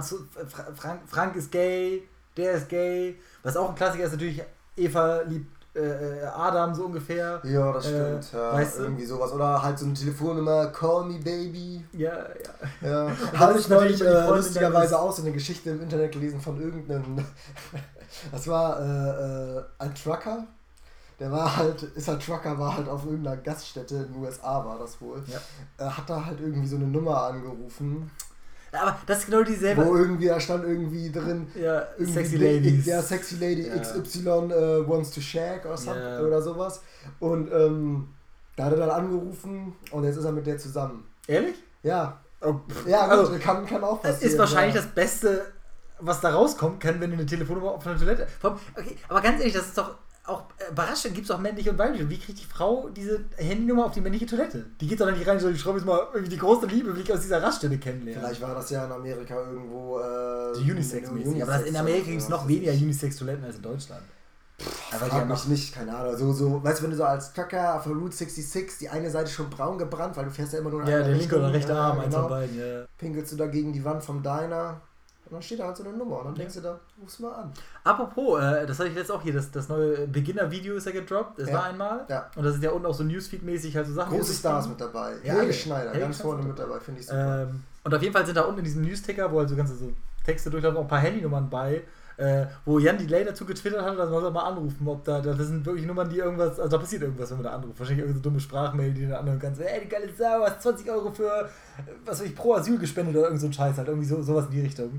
Frank ist gay, der ist gay. Was auch ein Klassiker ist natürlich, Eva liebt Adam so ungefähr. Ja, das stimmt. Ja, weißt du? Irgendwie sowas. Oder halt so eine Telefonnummer, call me baby. Ja. Habe ich neulich lustigerweise auch so eine Geschichte im Internet gelesen von irgendeinem... Das war ein Trucker. Der war halt auf irgendeiner Gaststätte in den USA, war das wohl. Ja. Hat da halt irgendwie so eine Nummer angerufen. Aber das ist genau dieselbe. Wo irgendwie, da stand irgendwie drin, Sexy Ladies. Ja, Sexy Lady XY wants to shag oder sowas. Und da hat er dann angerufen und jetzt ist er mit der zusammen. Ehrlich? Ja. Oh, ja, gut, also, kann auch passieren. Das ist wahrscheinlich das Beste, was da rauskommen kann, wenn du eine Telefonnummer auf einer Toilette... Okay, aber ganz ehrlich, das ist doch auch überraschend, gibt es auch männliche und weibliche. Wie kriegt die Frau diese Handynummer auf die männliche Toilette? Die geht doch nicht rein, so, ich schreibe jetzt mal irgendwie die große Liebe, wie ich aus dieser Raststätte kennenlerne. Vielleicht war das ja in Amerika irgendwo... die Unisex-mäßig. Aber in Amerika gibt es noch weniger Unisex-Toiletten als in Deutschland. Frag mich nicht, keine Ahnung. So, weißt du, wenn du so als Trucker auf der Route 66 die eine Seite schon braun gebrannt, weil du fährst ja immer nur nach der linke oder rechte Arm, eins von beiden, pinkelst du da gegen die Wand vom Diner und dann steht da halt so eine Nummer und dann denkst du da, rufst mal an. Apropos, das hatte ich jetzt auch hier, das neue Beginner-Video ist ja gedroppt, das war einmal. Ja. Und das ist ja unten auch so Newsfeed-mäßig halt so Sachen. Große Stars mit dabei. Helge Schneider, ganz vorne mit dabei, finde ich super. Und auf jeden Fall sind da unten in diesem News-Ticker, wo halt so ganze so Texte durchlaufen, auch ein paar Handynummern bei, wo Jan Delay dazu getwittert hat, dass man soll mal anrufen, ob das sind wirklich Nummern, die irgendwas, also da passiert irgendwas, wenn man da anruft. Wahrscheinlich irgendeine so dumme Sprachmail, die den anderen kannst, die geile Sau, hast 20 € für, was weiß ich, pro Asyl gespendet oder irgend so ein Scheiß halt, irgendwie sowas in die Richtung.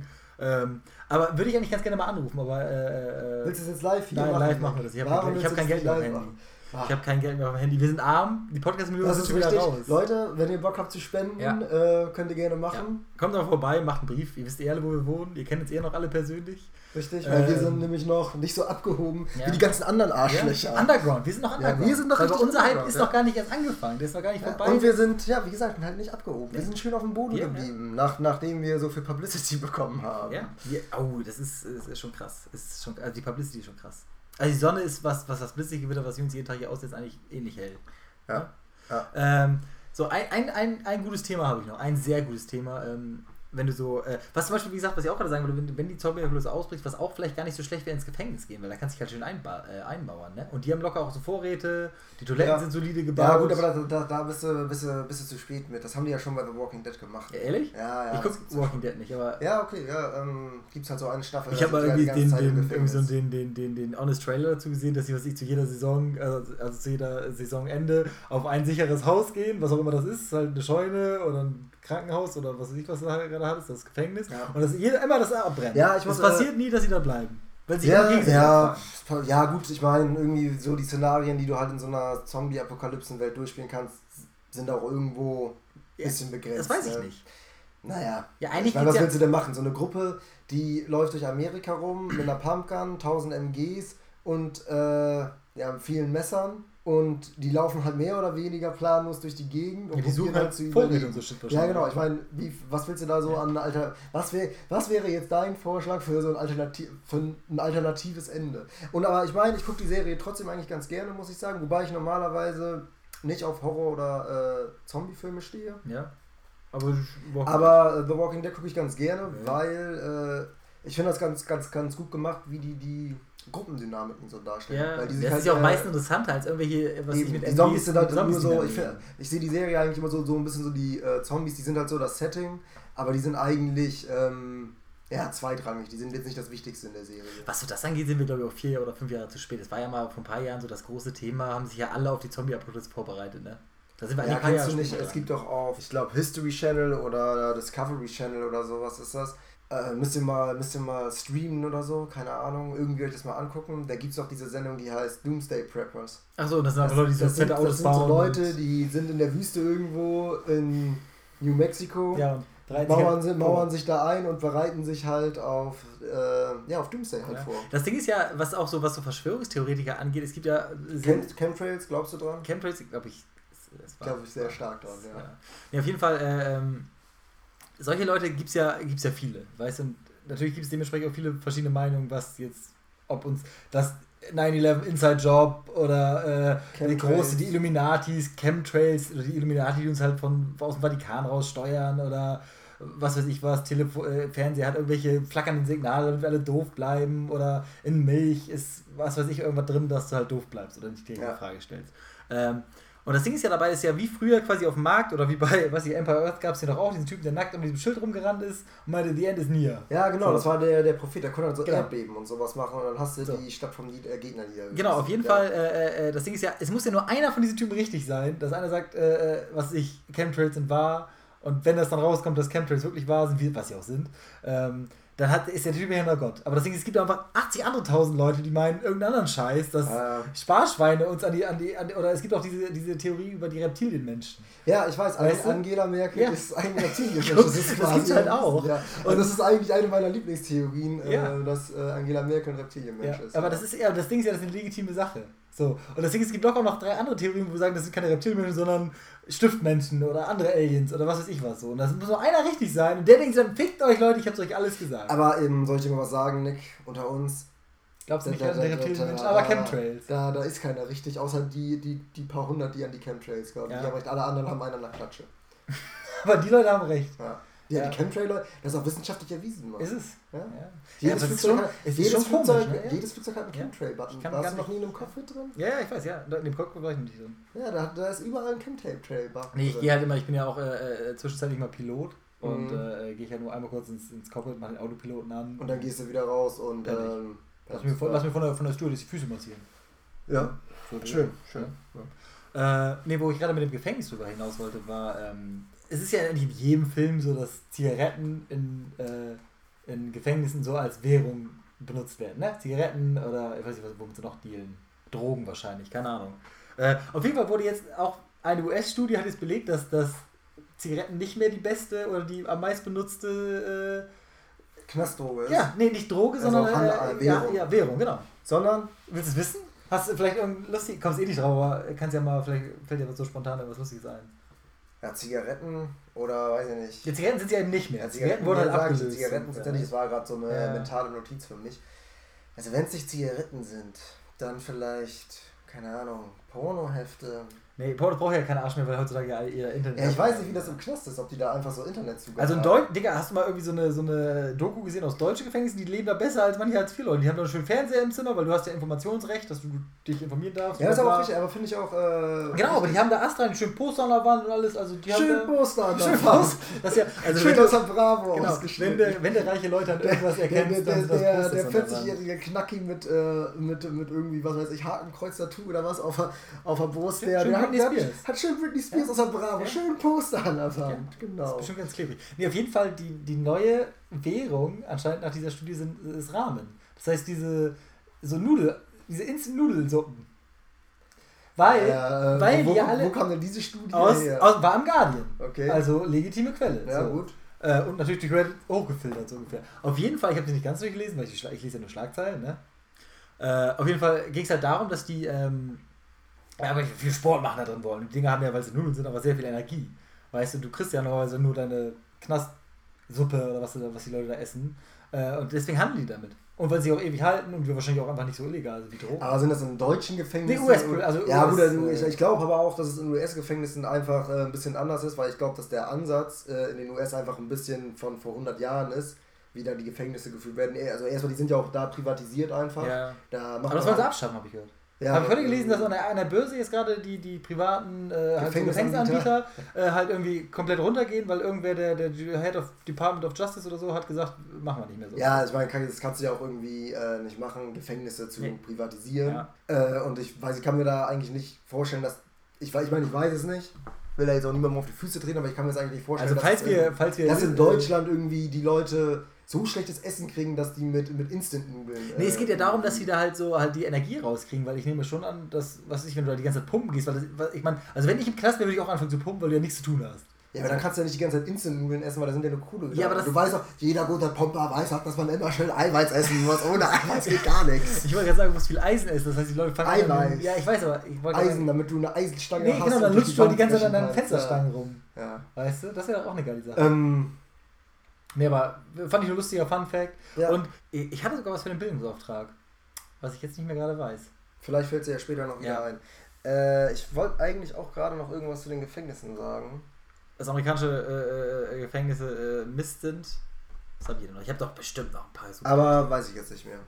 Aber würde ich eigentlich ganz gerne mal anrufen, aber... Willst du es jetzt live hier machen? Nein, live machen wir das. Ich habe kein Geld mehr auf dem Handy. Ich habe kein Geld mehr auf dem Handy. Wir sind arm, die Podcast-Millionen sind schon wieder raus. Leute, wenn ihr Bock habt zu spenden, könnt ihr gerne machen. Ja. Kommt doch vorbei, macht einen Brief. Ihr wisst alle, wo wir wohnen. Ihr kennt uns noch alle persönlich. Richtig, weil wir sind nämlich noch nicht so abgehoben wie die ganzen anderen Arschlöcher. Ja. Underground, wir sind noch Underground. Ja, wir sind noch richtig unser Hype ist noch gar nicht erst angefangen, der ist noch gar nicht vorbei. Und wir sind, wie gesagt, halt nicht abgehoben. Wir sind schön auf dem Boden geblieben, nachdem wir so viel Publicity bekommen haben. Ja. Das ist schon krass. Also die Publicity ist schon krass. Also die Sonne ist was das blitzige Gewitter, was wir uns jeden Tag hier aussetzt, eigentlich ähnlich hell. Ja. So, ein gutes Thema habe ich noch, ein sehr gutes Thema. Wenn du so, was zum Beispiel, wie gesagt, was ich auch gerade sagen würde, wenn die Zombie-Apokalypse ausbricht, was auch vielleicht gar nicht so schlecht wäre, ins Gefängnis gehen, weil da kannst du dich halt schön einmauern, ne? Und die haben locker auch so Vorräte, die Toiletten sind solide gebaut. Ja gut, aber da bist du zu spät mit. Das haben die ja schon bei The Walking Dead gemacht. Ja, ehrlich? Ja. Ich gucke Walking Dead nicht, aber... Ja, okay, gibt's halt so eine Staffel. Ich habe mal irgendwie den Honest Trailer dazu gesehen, dass sie, zu jeder Saison, also zu jeder Saisonende auf ein sicheres Haus gehen, was auch immer das ist, halt eine Scheune oder ein Krankenhaus oder was weiß ich, was du gerade hattest, das Gefängnis. Ja. Und dass immer das abbrennt. Ja, es passiert nie, dass sie da bleiben. Weil sie ja, gut, ich meine, irgendwie so die Szenarien, die du halt in so einer Zombie-Apokalypsen-Welt durchspielen kannst, sind auch irgendwo ein bisschen begrenzt. Das weiß ich nicht. Naja, eigentlich was willst du denn machen? So eine Gruppe, die läuft durch Amerika rum mit einer Pumpgun, 1000 MGs und vielen Messern. und die laufen halt mehr oder weniger planlos durch die Gegend und die suchen halt zu Vorräte und so Shit Ja, genau. Ich meine, was willst du da so an was wäre jetzt dein Vorschlag für so ein alternatives Ende? Und aber ich meine, ich gucke die Serie trotzdem eigentlich ganz gerne, muss ich sagen, wobei ich normalerweise nicht auf Horror- oder Zombie-Filme stehe. Ja. Aber The Walking Dead gucke ich ganz gerne, weil ich finde das ganz gut gemacht, wie die Gruppendynamiken so darstellen. Ja, weil die das halt, ist ja auch meistens interessanter als irgendwelche, was ich mit die Zombies sind halt Zombies nur so, ich sehe die Serie eigentlich immer so ein bisschen so, die Zombies, die sind halt so das Setting, aber die sind eigentlich zweitrangig, die sind jetzt nicht das Wichtigste in der Serie. Was so das angeht, sind wir glaube ich auch 4 oder 5 Jahre zu spät. Es war ja mal vor ein paar Jahren so das große Thema, haben sich ja alle auf die Zombie-Apokalypse vorbereitet, ne? Da sind wir ja, kannst du nicht, es gibt doch auf, ich glaube, History Channel oder Discovery Channel oder sowas ist das. Müsst ihr mal streamen oder so, keine Ahnung, irgendwie euch das mal angucken. Da gibt es auch diese Sendung, die heißt Doomsday Preppers. Achso, das sind einfach Leute, die so fette Autos bauen. Das sind so Leute, die sind in der Wüste irgendwo in New Mexico, ja, mauern sich da ein und bereiten sich halt auf Doomsday halt vor. Das Ding ist ja, was so Verschwörungstheoretiker angeht, es gibt ja... Chemtrails, glaubst du dran? Chemtrails, glaube ich... Glaube ich sehr stark dran, ja. Ja, auf jeden Fall... solche Leute gibt's ja viele, weißt du, und natürlich gibt es dementsprechend auch viele verschiedene Meinungen, was jetzt, ob uns das 9/11 Inside Job oder die Illuminatis, Chemtrails oder die Illuminati, die uns halt aus dem Vatikan raus steuern oder was weiß ich was, Fernseher hat irgendwelche flackernden Signale, damit wir alle doof bleiben oder in Milch ist was weiß ich irgendwas drin, dass du halt doof bleibst oder nicht die Frage stellst. Und das Ding ist ja dabei, ist ja wie früher quasi auf dem Markt oder wie bei, Empire Earth gab es ja doch auch diesen Typen, der nackt um diesem Schild rumgerannt ist und meinte, the end is near. Ja, genau, so. Das war der Prophet, der konnte halt so Erdbeben und sowas machen und dann hast du die Stadt vom Gegner niedergerissen. Genau, auf jeden Fall, das Ding ist ja, es muss ja nur einer von diesen Typen richtig sein, dass einer sagt, Chemtrails sind wahr und wenn das dann rauskommt, dass Chemtrails wirklich wahr sind, was sie auch sind, dann ist der Typ ja noch Gott. Aber das Ding ist, es gibt einfach 80 andere 1000 Leute, die meinen irgendeinen anderen Scheiß, dass Sparschweine uns oder es gibt auch diese Theorie über die Reptilienmenschen. Ja, ich weiß, Angela Merkel ist ein Reptilienmensch. Das gibt's halt auch. Ja. Und das ist eigentlich eine meiner Lieblingstheorien, dass Angela Merkel ein Reptilienmensch ist. Aber das Ding ist ja, das ist eine legitime Sache. So. Und das Ding ist, es gibt auch noch 3 andere Theorien, wo wir sagen, das sind keine Reptilienmenschen, sondern Stiftmenschen oder andere Aliens oder was weiß ich was so. Und das muss nur einer richtig sein. Und der denkt dann, fickt euch Leute, ich hab's euch alles gesagt. Aber soll ich dir mal was sagen, Nick, unter uns? Glaubst du nicht an die Reptilienmenschen, aber Chemtrails. Da ist keiner richtig, außer die paar hundert, die an die Chemtrails glauben. Ja. Die haben recht, alle anderen haben einen an der Klatsche. Aber die Leute haben recht. Ja. Die Chemtrail-Leute, das ist auch wissenschaftlich erwiesen, Mann. Ist es? Ja. Jedes Flugzeug hat einen Chemtrail-Button. Warst du noch nie in einem Cockpit drin? Ja, ich weiß, ja. In dem Cockpit war ich nicht drin. Ja, da ist überall ein Chemtrail-Button. Nee, ich bin ja auch zwischenzeitlich mal Pilot und gehe ich ja nur einmal kurz ins Cockpit, mache den Autopiloten an. Und dann gehst du wieder raus und lass mir von der Stewardess die Füße massieren. Ja, so schön. Ja. Wo ich gerade mit dem Gefängnis drüber hinaus wollte, war, es ist ja eigentlich in jedem Film so, dass Zigaretten in Gefängnissen so als Währung benutzt werden. Ne? Zigaretten oder ich weiß nicht, womit sie noch dealen. Drogen wahrscheinlich, keine Ahnung. Auf jeden Fall wurde jetzt auch eine US-Studie hat jetzt belegt, dass Zigaretten nicht mehr die beste oder die am meisten benutzte Knastdroge ist. Ja, nee, nicht Droge, also sondern Währung. Ja, Währung, genau. Sondern, willst du es wissen? Hast du vielleicht irgendein lustig, kommst nicht drauf, aber kannst ja mal, vielleicht fällt dir so spontan irgendwas Lustiges ein. Ja, Zigaretten oder weiß ich nicht. Die Zigaretten sind ja eben nicht mehr. Ja, Zigaretten wurden halt abgelöst. Zigaretten sind ja nicht, das war gerade so eine mentale Notiz für mich. Also wenn es nicht Zigaretten sind, dann vielleicht, keine Ahnung, Pornohefte. Nee, Porno braucht ja keinen Arsch mehr, weil heutzutage ja jeder Internet. Ja, ich weiß nicht, wie das im Knast ist, ob die da einfach so Internetzugang haben. Also Digga, hast du mal irgendwie so eine Doku gesehen aus deutschen Gefängnissen, die leben da besser als manche Hartz-IV-Leute. Die haben da schön Fernseher im Zimmer, weil du hast ja Informationsrecht, dass du dich informieren darfst. Ja, das ist auch richtig, aber finde ich auch... genau, aber die haben da Astra, schön Poster an der Wand und alles. Also die schön haben Poster an der Wand. Also schön aus der Bravo genau, ausgeschnitten. wenn der reiche Leute an irgendwas erkennst, dann der 40-jährige Knacki mit irgendwie, was weiß ich, Hakenkreuz-Tattoo oder was auf der Brust, der hat schön Britney Spears aus der Bravo, ja. Schön Poster an der Wand, ja. Genau. Das ist bestimmt ganz klebrig. Nee, auf jeden Fall, die neue Währung, anscheinend nach dieser Studie, ist Ramen. Das heißt, diese Instant-Nudelsuppen. Weil die alle... Wo kam denn diese Studie her? War am Guardian. Okay. Also legitime Quelle. Ja, so. gut. Und natürlich durch Reddit hochgefiltert, so ungefähr. Auf jeden Fall, ich habe sie nicht ganz durchgelesen, weil ich lese ja nur Schlagzeilen, ne? Auf jeden Fall ging es halt darum, dass die Ja, aber viel Sport machen da drin wollen. Die Dinger haben ja, weil sie Nudeln sind, aber sehr viel Energie. Weißt du, du kriegst ja normalerweise nur deine Knastsuppe oder was die Leute da essen. Und deswegen handeln die damit. Und weil sie auch ewig halten und wir wahrscheinlich auch einfach nicht so illegal sind wie Drogen. Aber sind das in deutschen Gefängnissen? Nee, also ja, US, gut, ich glaube aber auch, dass es in US-Gefängnissen einfach ein bisschen anders ist, weil ich glaube, dass der Ansatz in den US einfach ein bisschen von vor 100 Jahren ist, wie da die Gefängnisse geführt werden. Also erstmal, die sind ja auch da privatisiert einfach. Ja. Da aber das wollen sie abschaffen, habe ich gehört. Ja, habe ich heute gelesen, dass an der Börse jetzt gerade die privaten Gefängnisanbieter halt irgendwie komplett runtergehen, weil irgendwer, der Head of Department of Justice oder so, hat gesagt, machen wir nicht mehr so. Ja, ich meine, das kannst du ja auch irgendwie nicht machen, Gefängnisse zu privatisieren. Ja. Und ich kann mir da eigentlich nicht vorstellen, dass... Ich weiß es nicht. Will da jetzt auch niemandem auf die Füße treten, aber ich kann mir das eigentlich nicht vorstellen, falls wir dass in Deutschland irgendwie die Leute so schlechtes Essen kriegen, dass die mit Instant-Nudeln... Nee, es geht ja darum, dass sie da halt so die Energie rauskriegen, weil ich nehme schon an, dass, wenn du da die ganze Zeit pumpen gehst, ich meine, also wenn ich im Knast wäre, würde ich auch anfangen zu pumpen, weil du ja nichts zu tun hast. Ja, aber dann kannst du ja nicht die ganze Zeit Instant-Nudeln essen, weil da sind ja nur Kohle. Ja, aber du weißt doch, jeder gute Pumper weiß auch, dass man immer schön Eiweiß essen muss. Ohne Eiweiß geht gar nichts. Ich wollte gerade sagen, du musst viel Eisen essen, das heißt, die Leute fangen Eiweiß. an... Ja, ich weiß, aber... Eisen, damit du eine Eisenstange hast. Nee, genau, dann lutschst du halt die ganze Zeit an deinen Fensterstangen rum. Ja. Weißt du? Das wäre doch auch eine geile Sache. Nee, aber fand ich ein lustiger Fun-Fact. Ja. Und ich hatte sogar was für den Bildungsauftrag, was ich jetzt nicht mehr gerade weiß. Vielleicht fällt es ja später noch wieder ein. Ich wollte eigentlich auch gerade noch irgendwas zu den Gefängnissen sagen. Dass amerikanische Gefängnisse Mist sind. Was habe ich denn noch? Ich habe doch bestimmt noch ein paar. Aber weiß ich jetzt nicht mehr.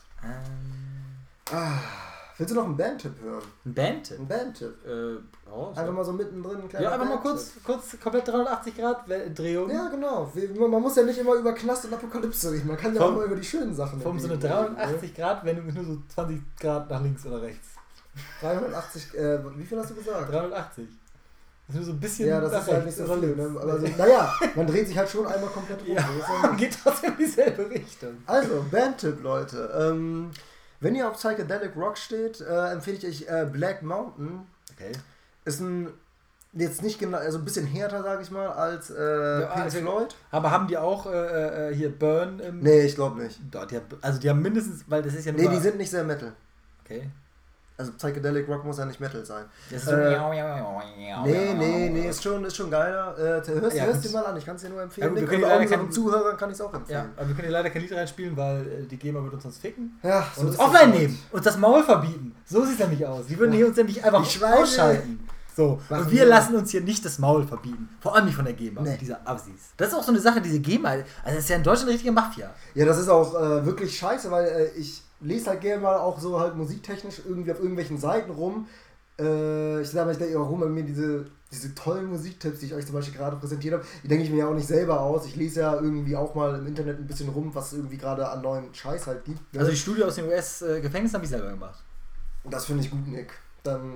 Willst du noch einen Bandtipp hören? Ein Bandtipp? Ein Bandtipp. Einfach mal so mittendrin. Ja, einfach mal kurz komplett 380 Grad Drehung. Ja, genau. Man muss ja nicht immer über Knast und Apokalypse reden. Man kann ja auch mal über die schönen Sachen reden. So eine 380 Grad Wendung ist nur so 20 Grad nach links oder rechts. 380, wie viel hast du gesagt? 380. Das ist nur so ein bisschen. Ja, das ist halt nicht so viel. Ne? Also, naja, man dreht sich halt schon einmal komplett rum. Ja, geht trotzdem in dieselbe Richtung. Also, Bandtipp, Leute. Wenn ihr auf Psychedelic Rock steht, empfehle ich euch Black Mountain. Okay. Ist jetzt nicht genau, also ein bisschen härter, sag ich mal, als Pink Floyd. Aber haben die auch hier Burn im... Nee, ich glaube nicht. Die haben mindestens, weil das ist ja nur... Nee, die sind nicht sehr Metal. Okay. Also Psychedelic Rock muss ja nicht Metal sein. Das ist so nee, ist schon geiler. Hörst dir mal an, ich kann es dir nur empfehlen. Ja, gut, unseren Zuhörern kann ich es auch empfehlen. Ja, aber wir können dir leider kein Lied reinspielen, weil die GEMA wird uns sonst ficken. Ja, so und uns offline nehmen und das Maul verbieten. So sieht es nämlich aus. Die würden hier uns nämlich einfach ausschalten. So, und wir lassen uns hier nicht das Maul verbieten. Vor allem nicht von der GEMA, dieser Assis. Das ist auch so eine Sache, diese GEMA, also das ist ja in Deutschland eine richtige Mafia. Ja, das ist auch wirklich scheiße, weil ich lese halt gerne mal auch so halt musiktechnisch irgendwie auf irgendwelchen Seiten rum. Ich sag mal, ich denke, warum bei mir diese tollen Musiktipps, die ich euch zum Beispiel gerade präsentiert habe, die denke ich mir ja auch nicht selber aus. Ich lese ja irgendwie auch mal im Internet ein bisschen rum, was es irgendwie gerade an neuen Scheiß halt gibt. Ne? Also die Studie aus den US-Gefängnissen habe ich selber gemacht. Das finde ich gut, Nick. Dann,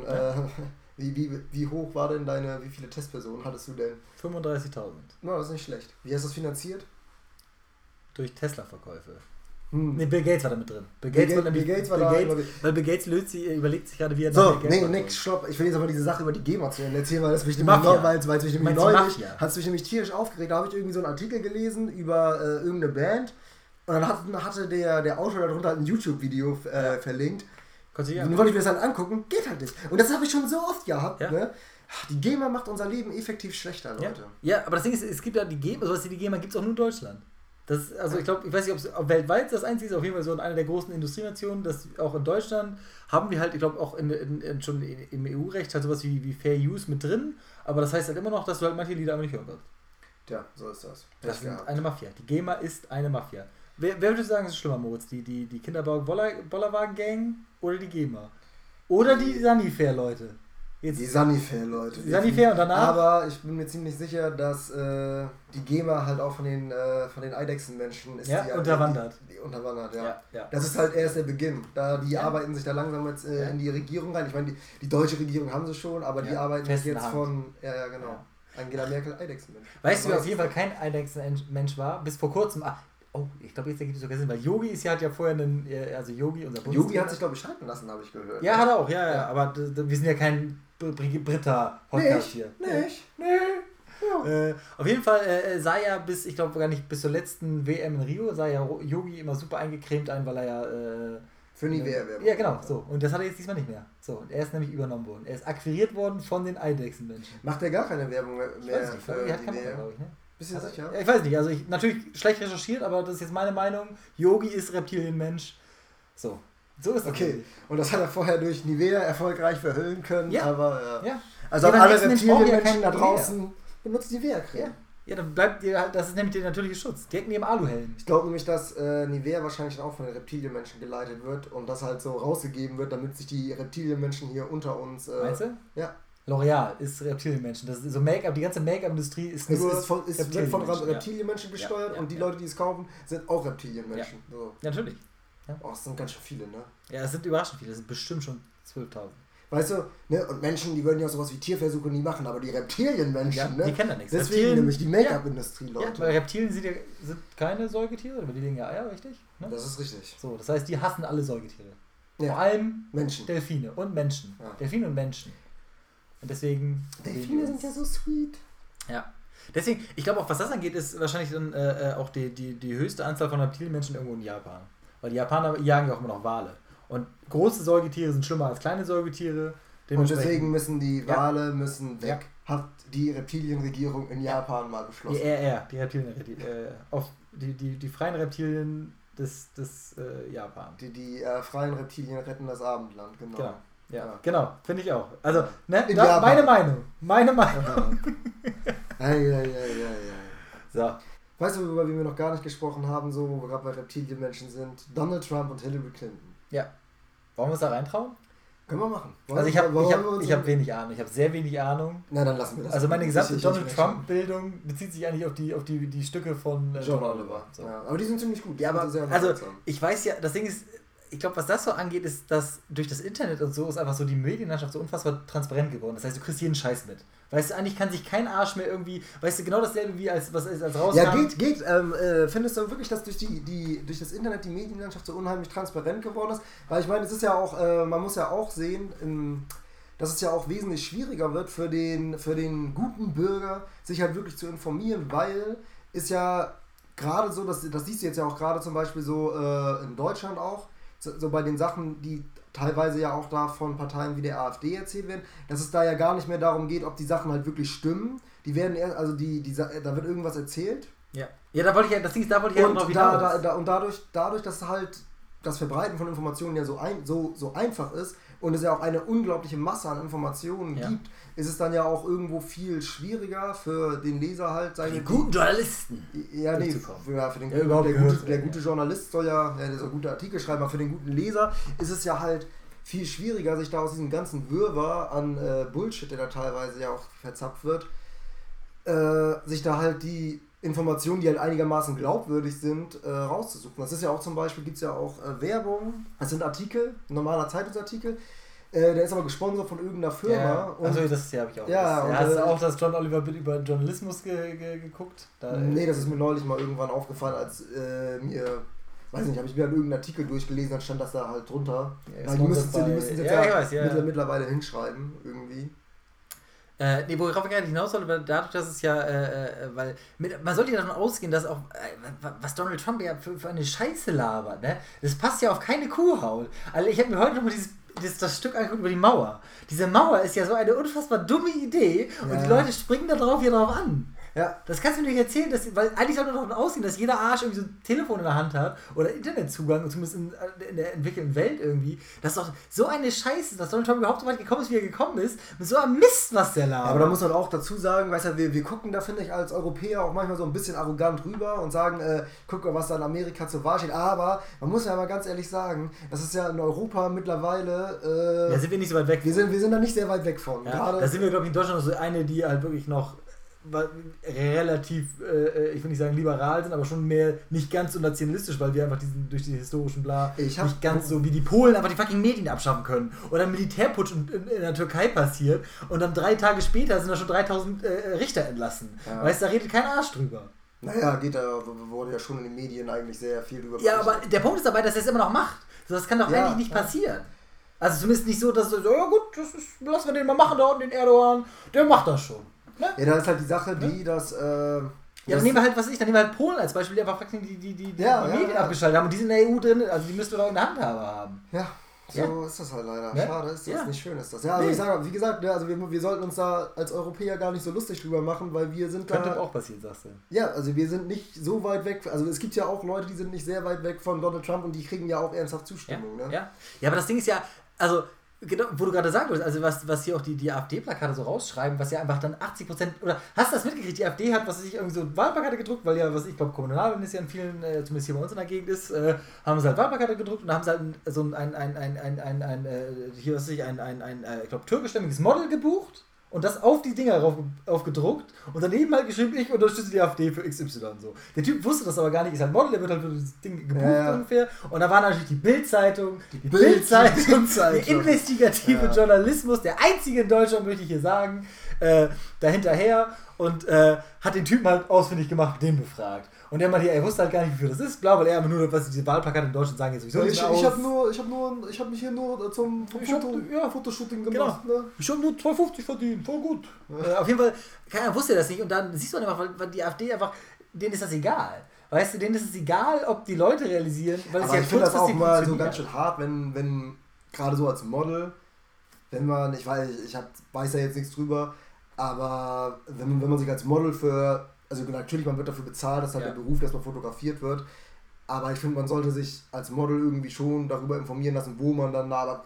wie hoch war denn wie viele Testpersonen hattest du denn? 35.000. No, das ist nicht schlecht. Wie hast du das finanziert? Durch Tesla-Verkäufe. Nee, Bill Gates war da mit drin. Bill Gates war da. Weil Bill Gates überlegt sich gerade, wie er so, Nick, stopp. Ich will jetzt aber diese Sache über die GEMA zu erzählen, weil es mich neulich hat es mich nämlich tierisch aufgeregt. Da habe ich irgendwie so einen Artikel gelesen über irgendeine Band und dann hatte der Autor darunter ein YouTube-Video verlinkt. Und dann wollte ich mir das halt angucken, geht halt nicht. Und das habe ich schon so oft gehabt. Ja. Ne? Die GEMA macht unser Leben effektiv schlechter, Leute. Ja, aber das Ding ist, es gibt ja die GEMA, sowas wie die GEMA gibt es auch nur in Deutschland. Ich glaube, ich weiß nicht, ob es weltweit das einzige ist, auf jeden Fall so in einer der großen Industrienationen, dass auch in Deutschland haben wir halt, ich glaube auch schon im EU-Recht halt sowas wie Fair Use mit drin, aber das heißt halt immer noch, dass du halt manche Lieder aber nicht hören kannst. Tja, so ist das. Das ist eine Mafia. Die GEMA ist eine Mafia. Wer würde sagen, es ist schlimmer, Moritz? Die Kinderbau-Bollerwagen-Gang oder die GEMA? Oder die Sanifair-Leute? Die Sanifair-Leute. Die Sanifair und danach? Aber ich bin mir ziemlich sicher, dass die GEMA halt auch von den Eidechsenmenschen ist. Ja, unterwandert. Die unterwandert, ja. Ja. Das ist halt erst der Beginn. Die arbeiten sich da langsam jetzt in die Regierung rein. Ich meine, die deutsche Regierung haben sie schon, aber die arbeiten sich jetzt von... Ja, genau. Ja. Angela Merkel, Eidechsenmensch. Weißt du, wer auf jeden Fall kein Eidechsenmensch war? Bis vor kurzem... Oh, ich glaube, jetzt ergibt es sogar Sinn, weil Yogi hat ja vorher Yogi, unser Bundeskanzler. Yogi hat sich, glaube ich, schalten lassen, habe ich gehört. Ja, hat er auch, ja. Aber wir sind ja kein Britta-Podcast hier. Nicht. Ja. Auf jeden Fall sah ja ich glaube gar nicht bis zur letzten WM in Rio, sah ja Yogi immer super eingecremt ein, weil er ja Für Nivea-Werbung. Ja, genau, so. Und das hat er jetzt diesmal nicht mehr. So, und er ist nämlich übernommen worden. Er ist akquiriert worden von den Eidechsenmenschen. Macht er gar keine Werbung mehr für er hat keine Bock, glaube ich, ne? Bist du sicher? Ja, ich weiß nicht, also natürlich schlecht recherchiert, aber das ist jetzt meine Meinung. Yogi ist Reptilienmensch. So ist das. Okay, und das hat er vorher durch Nivea erfolgreich verhüllen können, Ja. aber Ja. Also Ja, alle Mensch braucht ja Reptilienmenschen keinen da Nivea. draußen benutzen Nivea-Creme. Ja, dann bleibt ihr halt, das ist nämlich der natürliche Schutz. Direkt neben Aluhelm. Ich glaube nämlich, dass Nivea wahrscheinlich auch von den Reptilienmenschen geleitet wird und das halt so rausgegeben wird, damit sich die Reptilienmenschen hier unter uns... Meinst du? Ja. L'Oreal ist Reptilienmenschen. Das ist so Make-up, die ganze Make-up-Industrie ist Es nur wird von Reptilienmenschen ja. gesteuert und die Leute, die es kaufen, sind auch Reptilienmenschen. Ja. So. Natürlich. Ja. Oh, es sind ganz schön viele, ne? Ja, es sind überraschend viele. Es sind bestimmt schon 12.000. Weißt du, ne? Und Menschen, die würden ja auch sowas wie Tierversuche nie machen, aber die Reptilienmenschen, Ja, ne? die kennen da nichts. Deswegen Reptilien, nämlich die Make-up-Industrie, ja, Leute. weil Reptilien sind keine Säugetiere, aber die legen ja Eier, richtig? Ne? Das ist richtig. So, das heißt, die hassen alle Säugetiere. Ja. Vor allem Menschen. Delfine und Menschen. Ja. Delfine und Menschen. Und deswegen... Delfine sind ja so sweet. Ja. Deswegen, ich glaube auch, was das angeht, ist wahrscheinlich dann auch die höchste Anzahl von Reptilienmenschen irgendwo in Japan. Weil die Japaner jagen ja auch immer noch Wale. Und große Säugetiere sind schlimmer als kleine Säugetiere. Und deswegen müssen die Wale weg. Ja. Hat die Reptilienregierung in Japan mal beschlossen. Die Reptilien, die freien Reptilien des Japan. Die freien Reptilien retten das Abendland, genau. Genau, finde ich auch. Also, ne, Japan. meine Meinung. Ja. So. Weißt du, worüber wir noch gar nicht gesprochen haben, so, wo wir gerade bei Reptilienmenschen sind? Donald Trump und Hillary Clinton. Ja. Wollen wir uns da reintrauen? Können wir machen. Also ich hab wenig Ahnung. Ich habe sehr wenig Ahnung. Na, dann lassen wir das. Also meine gesamte Ich Donald Trump-Bildung bezieht sich eigentlich auf die Stücke von John Oliver. So. Ja, aber die sind ziemlich gut. Ja, aber sehr also unterhaltsam. ich weiß ja, das Ding ist, ich glaube, was das so angeht, ist, dass durch das Internet und so ist einfach so die Medienlandschaft so unfassbar transparent geworden. Das heißt, du kriegst jeden Scheiß mit. Weißt du, eigentlich kann sich kein Arsch mehr irgendwie, weißt du, genau dasselbe wie als rauskam. Ja, geht. Findest du wirklich, dass durch das Internet die Medienlandschaft so unheimlich transparent geworden ist? Weil ich meine, es ist ja auch, man muss ja auch sehen, dass es ja auch wesentlich schwieriger wird für den guten Bürger, sich halt wirklich zu informieren, weil ist ja gerade so, das siehst du jetzt ja auch gerade zum Beispiel so in Deutschland auch, so bei den Sachen, die teilweise ja auch da von Parteien wie der AfD erzählt werden, dass es da ja gar nicht mehr darum geht, ob die Sachen halt wirklich stimmen. Die werden erst, also da wird irgendwas erzählt. Ja, da wollte ich ja drauf hinaus. Und dadurch, dass halt das Verbreiten von Informationen ja so einfach ist und es ja auch eine unglaubliche Masse an Informationen gibt, ist es dann ja auch irgendwo viel schwieriger für den Leser halt seine... Die guten Journalisten! Ja, nee, für den der gute Journalist soll der soll gute Artikel schreiben, aber für den guten Leser ist es ja halt viel schwieriger, sich da aus diesem ganzen Wirrwarr an Bullshit, der da teilweise ja auch verzapft wird, sich da halt die Informationen, die halt einigermaßen glaubwürdig sind, rauszusuchen. Das ist ja auch zum Beispiel, gibt es ja auch Werbung, das sind Artikel, ein normaler Zeitungsartikel, der ist aber gesponsert von irgendeiner Firma. Ja. Achso, das habe ich auch. Ja, hast du auch das John Oliver über Journalismus geguckt? Nee, das ist mir neulich mal irgendwann aufgefallen, als weiß nicht, habe ich mir halt irgendeinen Artikel durchgelesen, dann stand das da halt drunter. Ja, die müssen es jetzt mittlerweile hinschreiben, irgendwie. Worauf ich gerade hinaus wollte, dadurch, dass es ja, weil man sollte ja davon ausgehen, dass auch, was Donald Trump ja für eine Scheiße labert, ne? Das passt ja auf keine Kuhhaut. Also ich habe mir heute nochmal das Stück angeguckt über die Mauer. Diese Mauer ist ja so eine unfassbar dumme Idee und die Leute springen da drauf an. Ja. Das kannst du mir nicht erzählen, weil eigentlich sollte man davon ausgehen, dass jeder Arsch irgendwie so ein Telefon in der Hand hat oder Internetzugang, zumindest in der entwickelten Welt irgendwie. Das ist doch so eine Scheiße, dass Donald Trump überhaupt so weit gekommen ist, wie er gekommen ist, mit so einem Mist, was der labert. Aber da muss man auch dazu sagen, weißt du, wir gucken da, finde ich, als Europäer auch manchmal so ein bisschen arrogant rüber und sagen, guck mal, was da in Amerika zur Wahl steht. Aber man muss ja mal ganz ehrlich sagen, das ist ja in Europa mittlerweile... da sind wir nicht so weit weg von. Wir sind da nicht sehr weit weg von. Ja, da sind wir, glaube ich, in Deutschland so eine, die halt wirklich noch relativ, ich will nicht sagen liberal sind, aber schon mehr nicht ganz so nationalistisch, weil wir einfach durch die historischen nicht ganz so wie die Polen einfach die fucking Medien abschaffen können. Oder ein Militärputsch in der Türkei passiert und dann 3 Tage später sind da schon 3000 Richter entlassen. Ja. Weißt du, da redet kein Arsch drüber. Naja, wurde ja schon in den Medien eigentlich sehr viel drüber berichtet. Ja, aber der Punkt ist dabei, dass er es immer noch macht. Das kann doch eigentlich nicht passieren. Also zumindest nicht so, dass ja gut, lassen wir den mal machen da unten, den Erdogan, der macht das schon. Ne? Ja, da ist halt die Sache, dass Ja, dann nehmen wir halt, dann nehmen wir halt Polen als Beispiel, die einfach praktisch die Medien abgeschaltet haben und die sind in der EU drin, also die müssten wir doch in der Handhabe haben. Ja. So ist das halt leider. Ja? Schade ist das, Ja. nicht schön ist das. Ja, also ich sage, wie gesagt, also wir sollten uns da als Europäer gar nicht so lustig drüber machen, weil wir sind Könnte da... auch passieren, sagst du. Ja, also wir sind nicht so weit weg, also es gibt ja auch Leute, die sind nicht sehr weit weg von Donald Trump und die kriegen ja auch ernsthaft Zustimmung. Ja, Ne? ja, aber das Ding ist ja, also, genau, wo du gerade sagst, also was hier auch die AfD-Plakate so rausschreiben, was ja einfach dann 80%, oder hast du das mitgekriegt, die AfD hat, was weiß ich, irgendwie so Wahlplakate gedruckt, weil ja, was ich glaube, Kommunalwahl ist ja in vielen, zumindest hier bei uns in der Gegend ist, haben sie halt Wahlplakate gedruckt und da haben sie halt so ich glaube, türkischstämmiges Model gebucht und das auf die Dinger aufgedruckt und daneben halt geschrieben, ich unterstütze die AfD für XY so. Der Typ wusste das aber gar nicht, ist halt Model, der wird halt für das Ding gebucht ungefähr und da war natürlich die Bild-Zeitung, die investigative Journalismus, der einzige in Deutschland, möchte ich hier sagen, dahinterher und hat den Typen halt ausfindig gemacht, den befragt. Und der meinte, er wusste halt gar nicht, wie viel das ist, blau, weil er aber nur, was diese Wahlplakate in Deutschland sagen jetzt sowieso nicht aus. Ich hab mich hier nur zum Fotoshooting gemacht. Genau. Ne? Ich habe nur 2,50 verdient, voll gut. Auf jeden Fall, keiner wusste das nicht und dann siehst du einfach, weil die AfD einfach, denen ist das egal. Weißt du, denen ist es egal, ob die Leute realisieren, weil aber es ja ich finde das auch mal so ganz schön hart, wenn gerade so als Model, wenn man, ich weiß ja jetzt nichts drüber, aber wenn man sich als Model also natürlich, man wird dafür bezahlt, dass halt der Beruf, dass man fotografiert wird, aber ich finde, man sollte sich als Model irgendwie schon darüber informieren lassen, wo man dann da,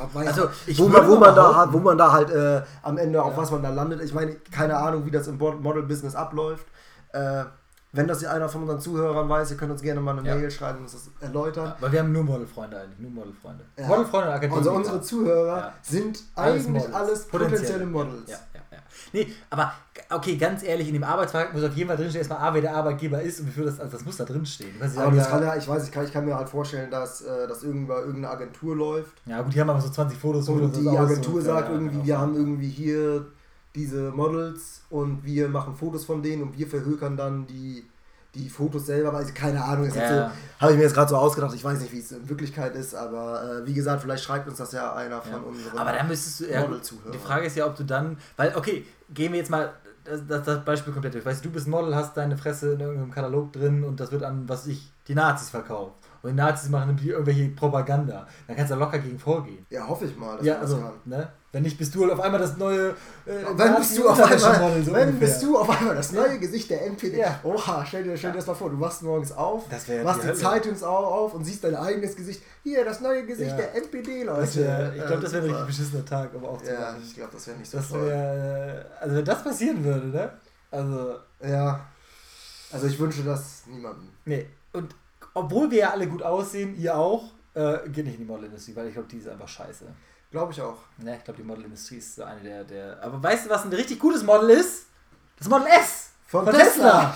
wo man da halt am Ende, auf was man da landet. Ich meine, keine Ahnung, wie das im Model-Business abläuft. Wenn das einer von unseren Zuhörern weiß, ihr könnt uns gerne mal eine Mail schreiben und uns das erläutern. Ja, weil wir haben nur Modelfreunde eigentlich, Modelfreunde und Akademiker. Also unsere Zuhörer sind eigentlich alles potenzielle Models. Ja. Nee, aber okay, ganz ehrlich, in dem Arbeitsvertrag muss auf jeden Fall drinstehen, erstmal wer der Arbeitgeber ist und wie viel das muss da drinstehen. Ich kann mir halt vorstellen, dass irgendeine Agentur läuft. Ja gut, die haben aber so 20 Fotos. Und die Agentur sagt irgendwie, wir haben irgendwie hier diese Models und wir machen Fotos von denen und wir verhökern dann die Fotos selber, also keine Ahnung, ist so, habe ich mir jetzt gerade so ausgedacht, ich weiß nicht, wie es in Wirklichkeit ist, aber wie gesagt, vielleicht schreibt uns das ja einer von unseren aber dann müsstest du, die Frage ist ja, ob du dann, weil, okay, gehen wir jetzt mal das Beispiel komplett durch, weißt du, bist ein Model, hast deine Fresse in irgendeinem Katalog drin und das wird an, die Nazis verkauft. Und die Nazis machen irgendwelche Propaganda. Dann kannst du da locker gegen vorgehen. Ja, hoffe ich mal, dass man das kann. Ne? Wenn nicht, bist du halt auf einmal das neue Wenn bist du auf einmal das neue Gesicht der NPD. Ja. Oha, stell dir das mal vor, du wachst morgens auf, machst die Zeitung auf und siehst dein eigenes Gesicht. Hier, das neue Gesicht der NPD, Leute. Ich glaube, das wäre ein richtig beschissener Tag, um aufzumachen. Ja, ich glaube, das wäre nicht so toll. Also wenn das passieren würde, ne? Also... Ja. Also ich wünsche das niemandem. Nee, und obwohl wir ja alle gut aussehen, ihr auch, geht nicht in die Modelindustrie, weil ich glaube, die ist einfach scheiße. Glaube ich auch. Ne, ich glaube, die Modelindustrie ist so eine der... Aber weißt du, was ein richtig gutes Model ist? Das Model S! Von Tesla!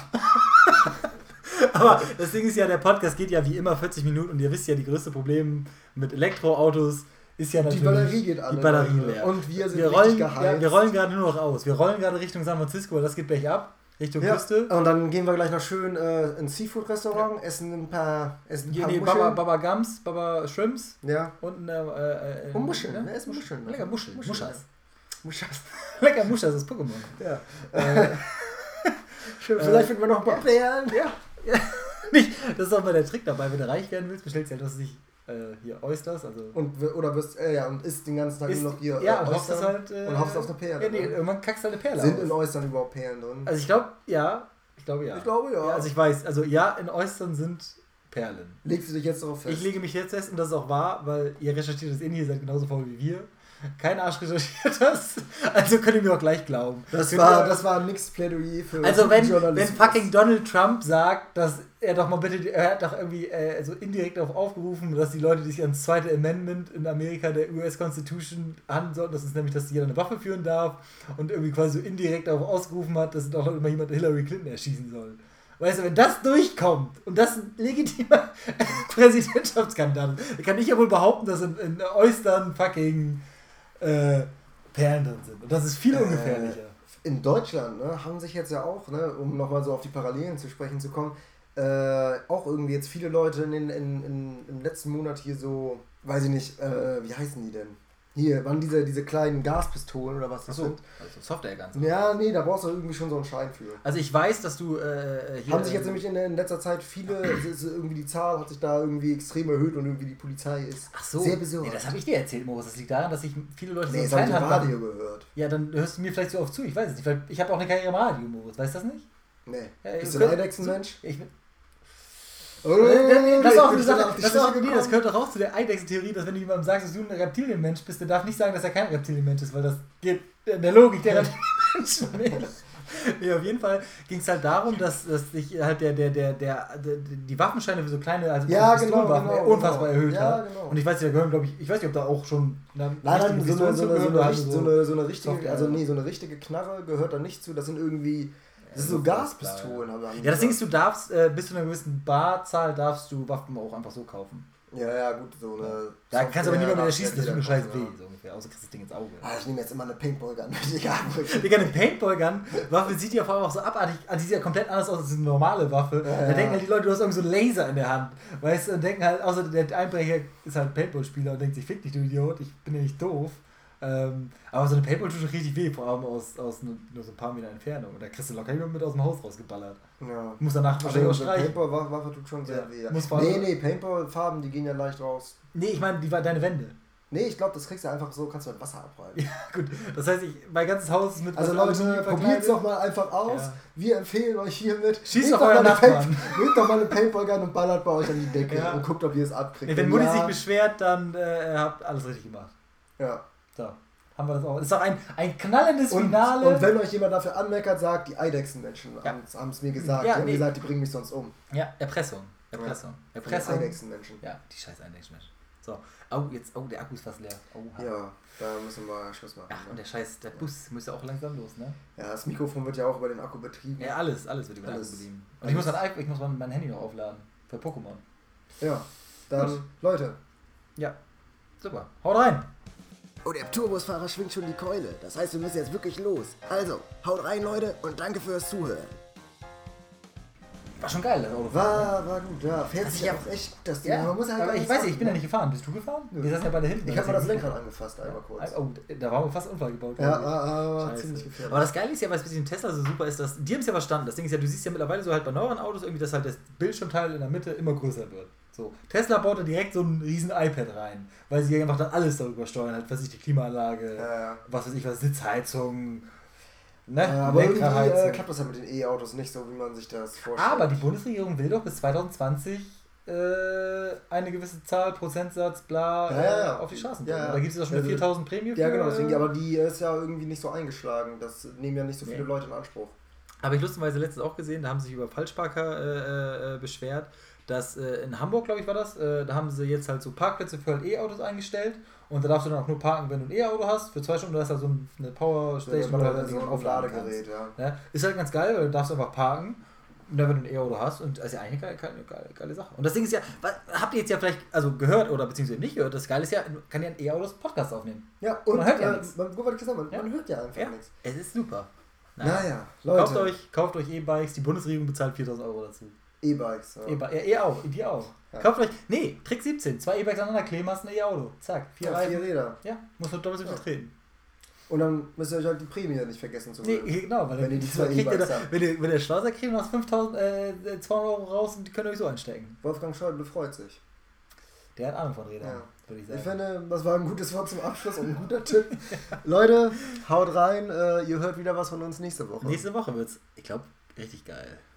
Aber das Ding ist ja, der Podcast geht ja wie immer 40 Minuten und ihr wisst ja, die größte Problem mit Elektroautos ist ja natürlich... Die Batterie geht alle. Die Batterie leer. Und wir sind richtig geheizt. Ja, wir rollen gerade nur noch aus. Wir rollen gerade Richtung San Francisco, weil das geht bergab. Richtung Küste. Und dann gehen wir gleich noch schön ins Seafood-Restaurant, essen ein paar Muscheln. Baba Gums, Baba Shrimps. Ja. Und Muscheln. Ne? Essen Muscheln. Lecker Muscheln. Muschas. Lecker Muschas, das ist Pokémon. Ja. Schön, vielleicht finden wir noch ein paar Perlen. Ja. Nicht, das ist auch mal der Trick dabei, wenn du reich werden willst, bestellst du halt, was nicht hier Oysters, also... Und isst den ganzen Tag nur noch hier und hoffst das halt... und hoffst auf eine Perle. Ja, nee, irgendwann kackst du halt eine Perle Sind in Oystern überhaupt Perlen drin? Also ich glaube, ja. Ich glaube, ja. Also ich weiß, in Oystern sind Perlen. Legst du dich jetzt darauf fest? Ich lege mich jetzt fest und das ist auch wahr, weil ihr recherchiert das ihr seid genauso faul wie wir. Kein Arsch recherchiert das, also könnt ihr mir auch gleich glauben. Das war nix Plädoyer für also wenn fucking Donald Trump sagt, dass er doch mal bitte, er hat doch irgendwie so indirekt darauf aufgerufen, dass die Leute, die sich ans zweite Amendment in Amerika der US Constitution handeln sollten, das ist nämlich, dass jeder eine Waffe führen darf und irgendwie quasi so indirekt darauf ausgerufen hat, dass doch immer jemand Hillary Clinton erschießen soll. Weißt du, wenn das durchkommt und das ein legitimer Präsidentschaftskandidat ist, dann kann ich ja wohl behaupten, dass in Oystern fucking Perlen drin sind. Und das ist viel ungefährlicher. In Deutschland haben sich jetzt ja auch, um nochmal so auf die Parallelen zu sprechen zu kommen, auch irgendwie jetzt viele Leute im letzten Monat hier so, weiß ich nicht, wie heißen die denn? Hier, waren diese kleinen Gaspistolen oder was das sind. Also Software-Guns. Ja, nee, da brauchst du irgendwie schon so einen Schein für. Also ich weiß, dass du hier haben sich jetzt nämlich in letzter Zeit viele, irgendwie die Zahl hat sich da irgendwie extrem erhöht und irgendwie die Polizei ist sehr besorgt. Nee, das habe ich dir erzählt, Moritz. Das liegt daran, dass ich viele Leute das habe ich im Radio gehört. Ja, dann hörst du mir vielleicht so oft zu, ich weiß es nicht, weil ich habe auch eine Karriere im Radio, Moritz, weißt du das nicht? Nee. Bist du ein Eidechsenmensch? Ich bin... Das ist auch eine Sache, das gehört doch auch zu der Eidechsen-Theorie, dass wenn du jemandem sagst, dass du ein Reptilienmensch bist, der darf nicht sagen, dass er kein Reptilienmensch ist, weil das geht in der Logik der Reptilienmenschen nicht. Nee, auf jeden Fall ging es halt darum, dass sich halt die Waffenscheine für so kleine, also Pistolenwaffen unfassbar erhöht hat. Genau. Und ich weiß nicht, da gehören, glaube ich weiß nicht, ob da auch schon so eine richtige Knarre gehört da nicht zu, das sind irgendwie... Das sind so Gaspistolen. Ja, das Ding ist, du darfst, bis zu einer gewissen Barzahl darfst du Waffen auch einfach so kaufen. Ja, gut, so eine... Da kannst du aber nicht mehr mit erschießen, das tut mir scheiße weh, so ungefähr, außer kriegst das Ding ins Auge. Ich nehme jetzt immer eine Paintball-Gun. Digga, eine Paintball-Gun-Waffe sieht ja vor allem auch so abartig, also die sieht ja komplett anders aus als eine normale Waffe. Da denken halt die Leute, du hast irgendwie so einen Laser in der Hand, weißt du, und denken halt, außer der Einbrecher ist halt Paintball-Spieler und denkt sich, fick dich, du Idiot, ich bin ja nicht doof. Aber so eine Paintball tut schon richtig weh, vor allem aus nur so ein paar Meter Entfernung. Und da kriegst du locker jemand mit aus dem Haus rausgeballert. Ja. Muss danach wahrscheinlich auch streichen. Paintball-Waffe tut schon sehr weh. Nee, Paintball-Farben, die gehen ja leicht raus. Nee, ich meine, die war deine Wände. Nee, ich glaube, das kriegst du einfach so, kannst du mit Wasser abreiben. Ja, gut. Das heißt, mein ganzes Haus ist mit Also Leute, probiert es doch mal einfach aus. Ja. Wir empfehlen euch hiermit. Schießt auf euren Nachbarn. Nehmt doch mal eine Paintball-Gun und ballert bei euch an die Decke und guckt, ob ihr es abkriegt. Nee, wenn Mutti sich beschwert, dann habt alles richtig gemacht. Ja. So. Haben wir das auch. Das ist auch ein knallendes Finale. Und wenn euch jemand dafür anmeckert, sagt, die Eidechsenmenschen haben es mir gesagt. Die haben gesagt, die bringen mich sonst um. Ja, Erpressung. Die Eidechsenmenschen. Ja, die scheiß Eidechsenmenschen. So. Der Akku ist fast leer. Ja, da müssen wir Schluss machen. Ja, und der Bus müsste auch langsam los, ne? Ja, das Mikrofon wird ja auch über den Akku betrieben. Ja, alles wird über den Akku betrieben. Und ich muss mein Handy noch aufladen. Für Pokémon. Ja, dann, Leute. Ja, super. Haut rein! Oh, der Turbusfahrer schwingt schon die Keule. Das heißt, wir müssen jetzt wirklich los. Also, haut rein, Leute, und danke fürs Zuhören. War schon geil, das Auto. War gut, ja. Fährt sich ja auch echt gut, das Ding. Ja, man muss halt aber ich weiß nicht, ich bin ja nicht gefahren. Bist du gefahren? Nö. Wir saßen ja beide hinten. Ich habe mal das Lenkrad angefasst, einmal kurz. Oh, da waren wir fast Unfall gebaut. Ja, war ziemlich gefährlich. Aber das Geile ist ja, was mit dem Tesla so super ist, dass die haben es ja verstanden. Das Ding ist ja, du siehst ja mittlerweile so halt bei neueren Autos irgendwie, dass halt das Bildschirmteil in der Mitte immer größer wird. So. Tesla baut da direkt so ein riesen iPad rein, weil sie einfach dann alles darüber steuern, halt, was weiß ich, die Klimaanlage, was weiß ich, was Sitzheizung, ne? Aber irgendwie klappt das ja mit den E-Autos nicht so, wie man sich das vorstellt. Aber die Bundesregierung will doch bis 2020 eine gewisse Zahl, Prozentsatz, bla, auf die Straßen bringen. Da gibt es ja schon eine 4.000 Prämie für. Ja, genau, deswegen, aber die ist ja irgendwie nicht so eingeschlagen. Das nehmen ja nicht so viele Leute in Anspruch. Habe ich lustigerweise letztens auch gesehen, da haben sie sich über Falschparker beschwert, dass in Hamburg, glaube ich, war das, da haben sie jetzt halt so Parkplätze für halt E-Autos eingestellt und da darfst du dann auch nur parken, wenn du ein E-Auto hast. Für 2 Stunden, du hast da so eine Powerstation oder so ein Aufladegerät, ja. Ist halt ganz geil, weil du darfst einfach parken, wenn du ein E-Auto hast und das ist ja eigentlich eine geile Sache. Und das Ding ist ja, habt ihr jetzt ja vielleicht gehört oder beziehungsweise nicht gehört, das Geile ist ja, kann ja ein E-Autos Podcast aufnehmen. Ja, und man hört ja nichts. Man hört ja einfach nichts. Es ist super. Naja, Leute. Kauft euch E-Bikes, die Bundesregierung bezahlt 4.000 € dazu. E-Bikes, ja. Ihr auch. Ja. Kauft euch, Trick 17, 2 E-Bikes aneinander kleben, hast ein E-Auto. Zack, 4 Räder. Ja, muss man doppelt so viel treten. Und dann müsst ihr euch halt die Prämie nicht vergessen zu holen. Nee, genau, weil wenn ihr die 2 E-Bikes habt. Wenn ihr Schleuser kriegt, noch 200 € raus und die könnt ihr euch so einstecken. Wolfgang Schäuble freut sich. Der hat Ahnung von Rädern, würde ich sagen. Ich finde, das war ein gutes Wort zum Abschluss und ein guter Tipp. Leute, haut rein, ihr hört wieder was von uns nächste Woche. Nächste Woche wird's, ich glaube, richtig geil.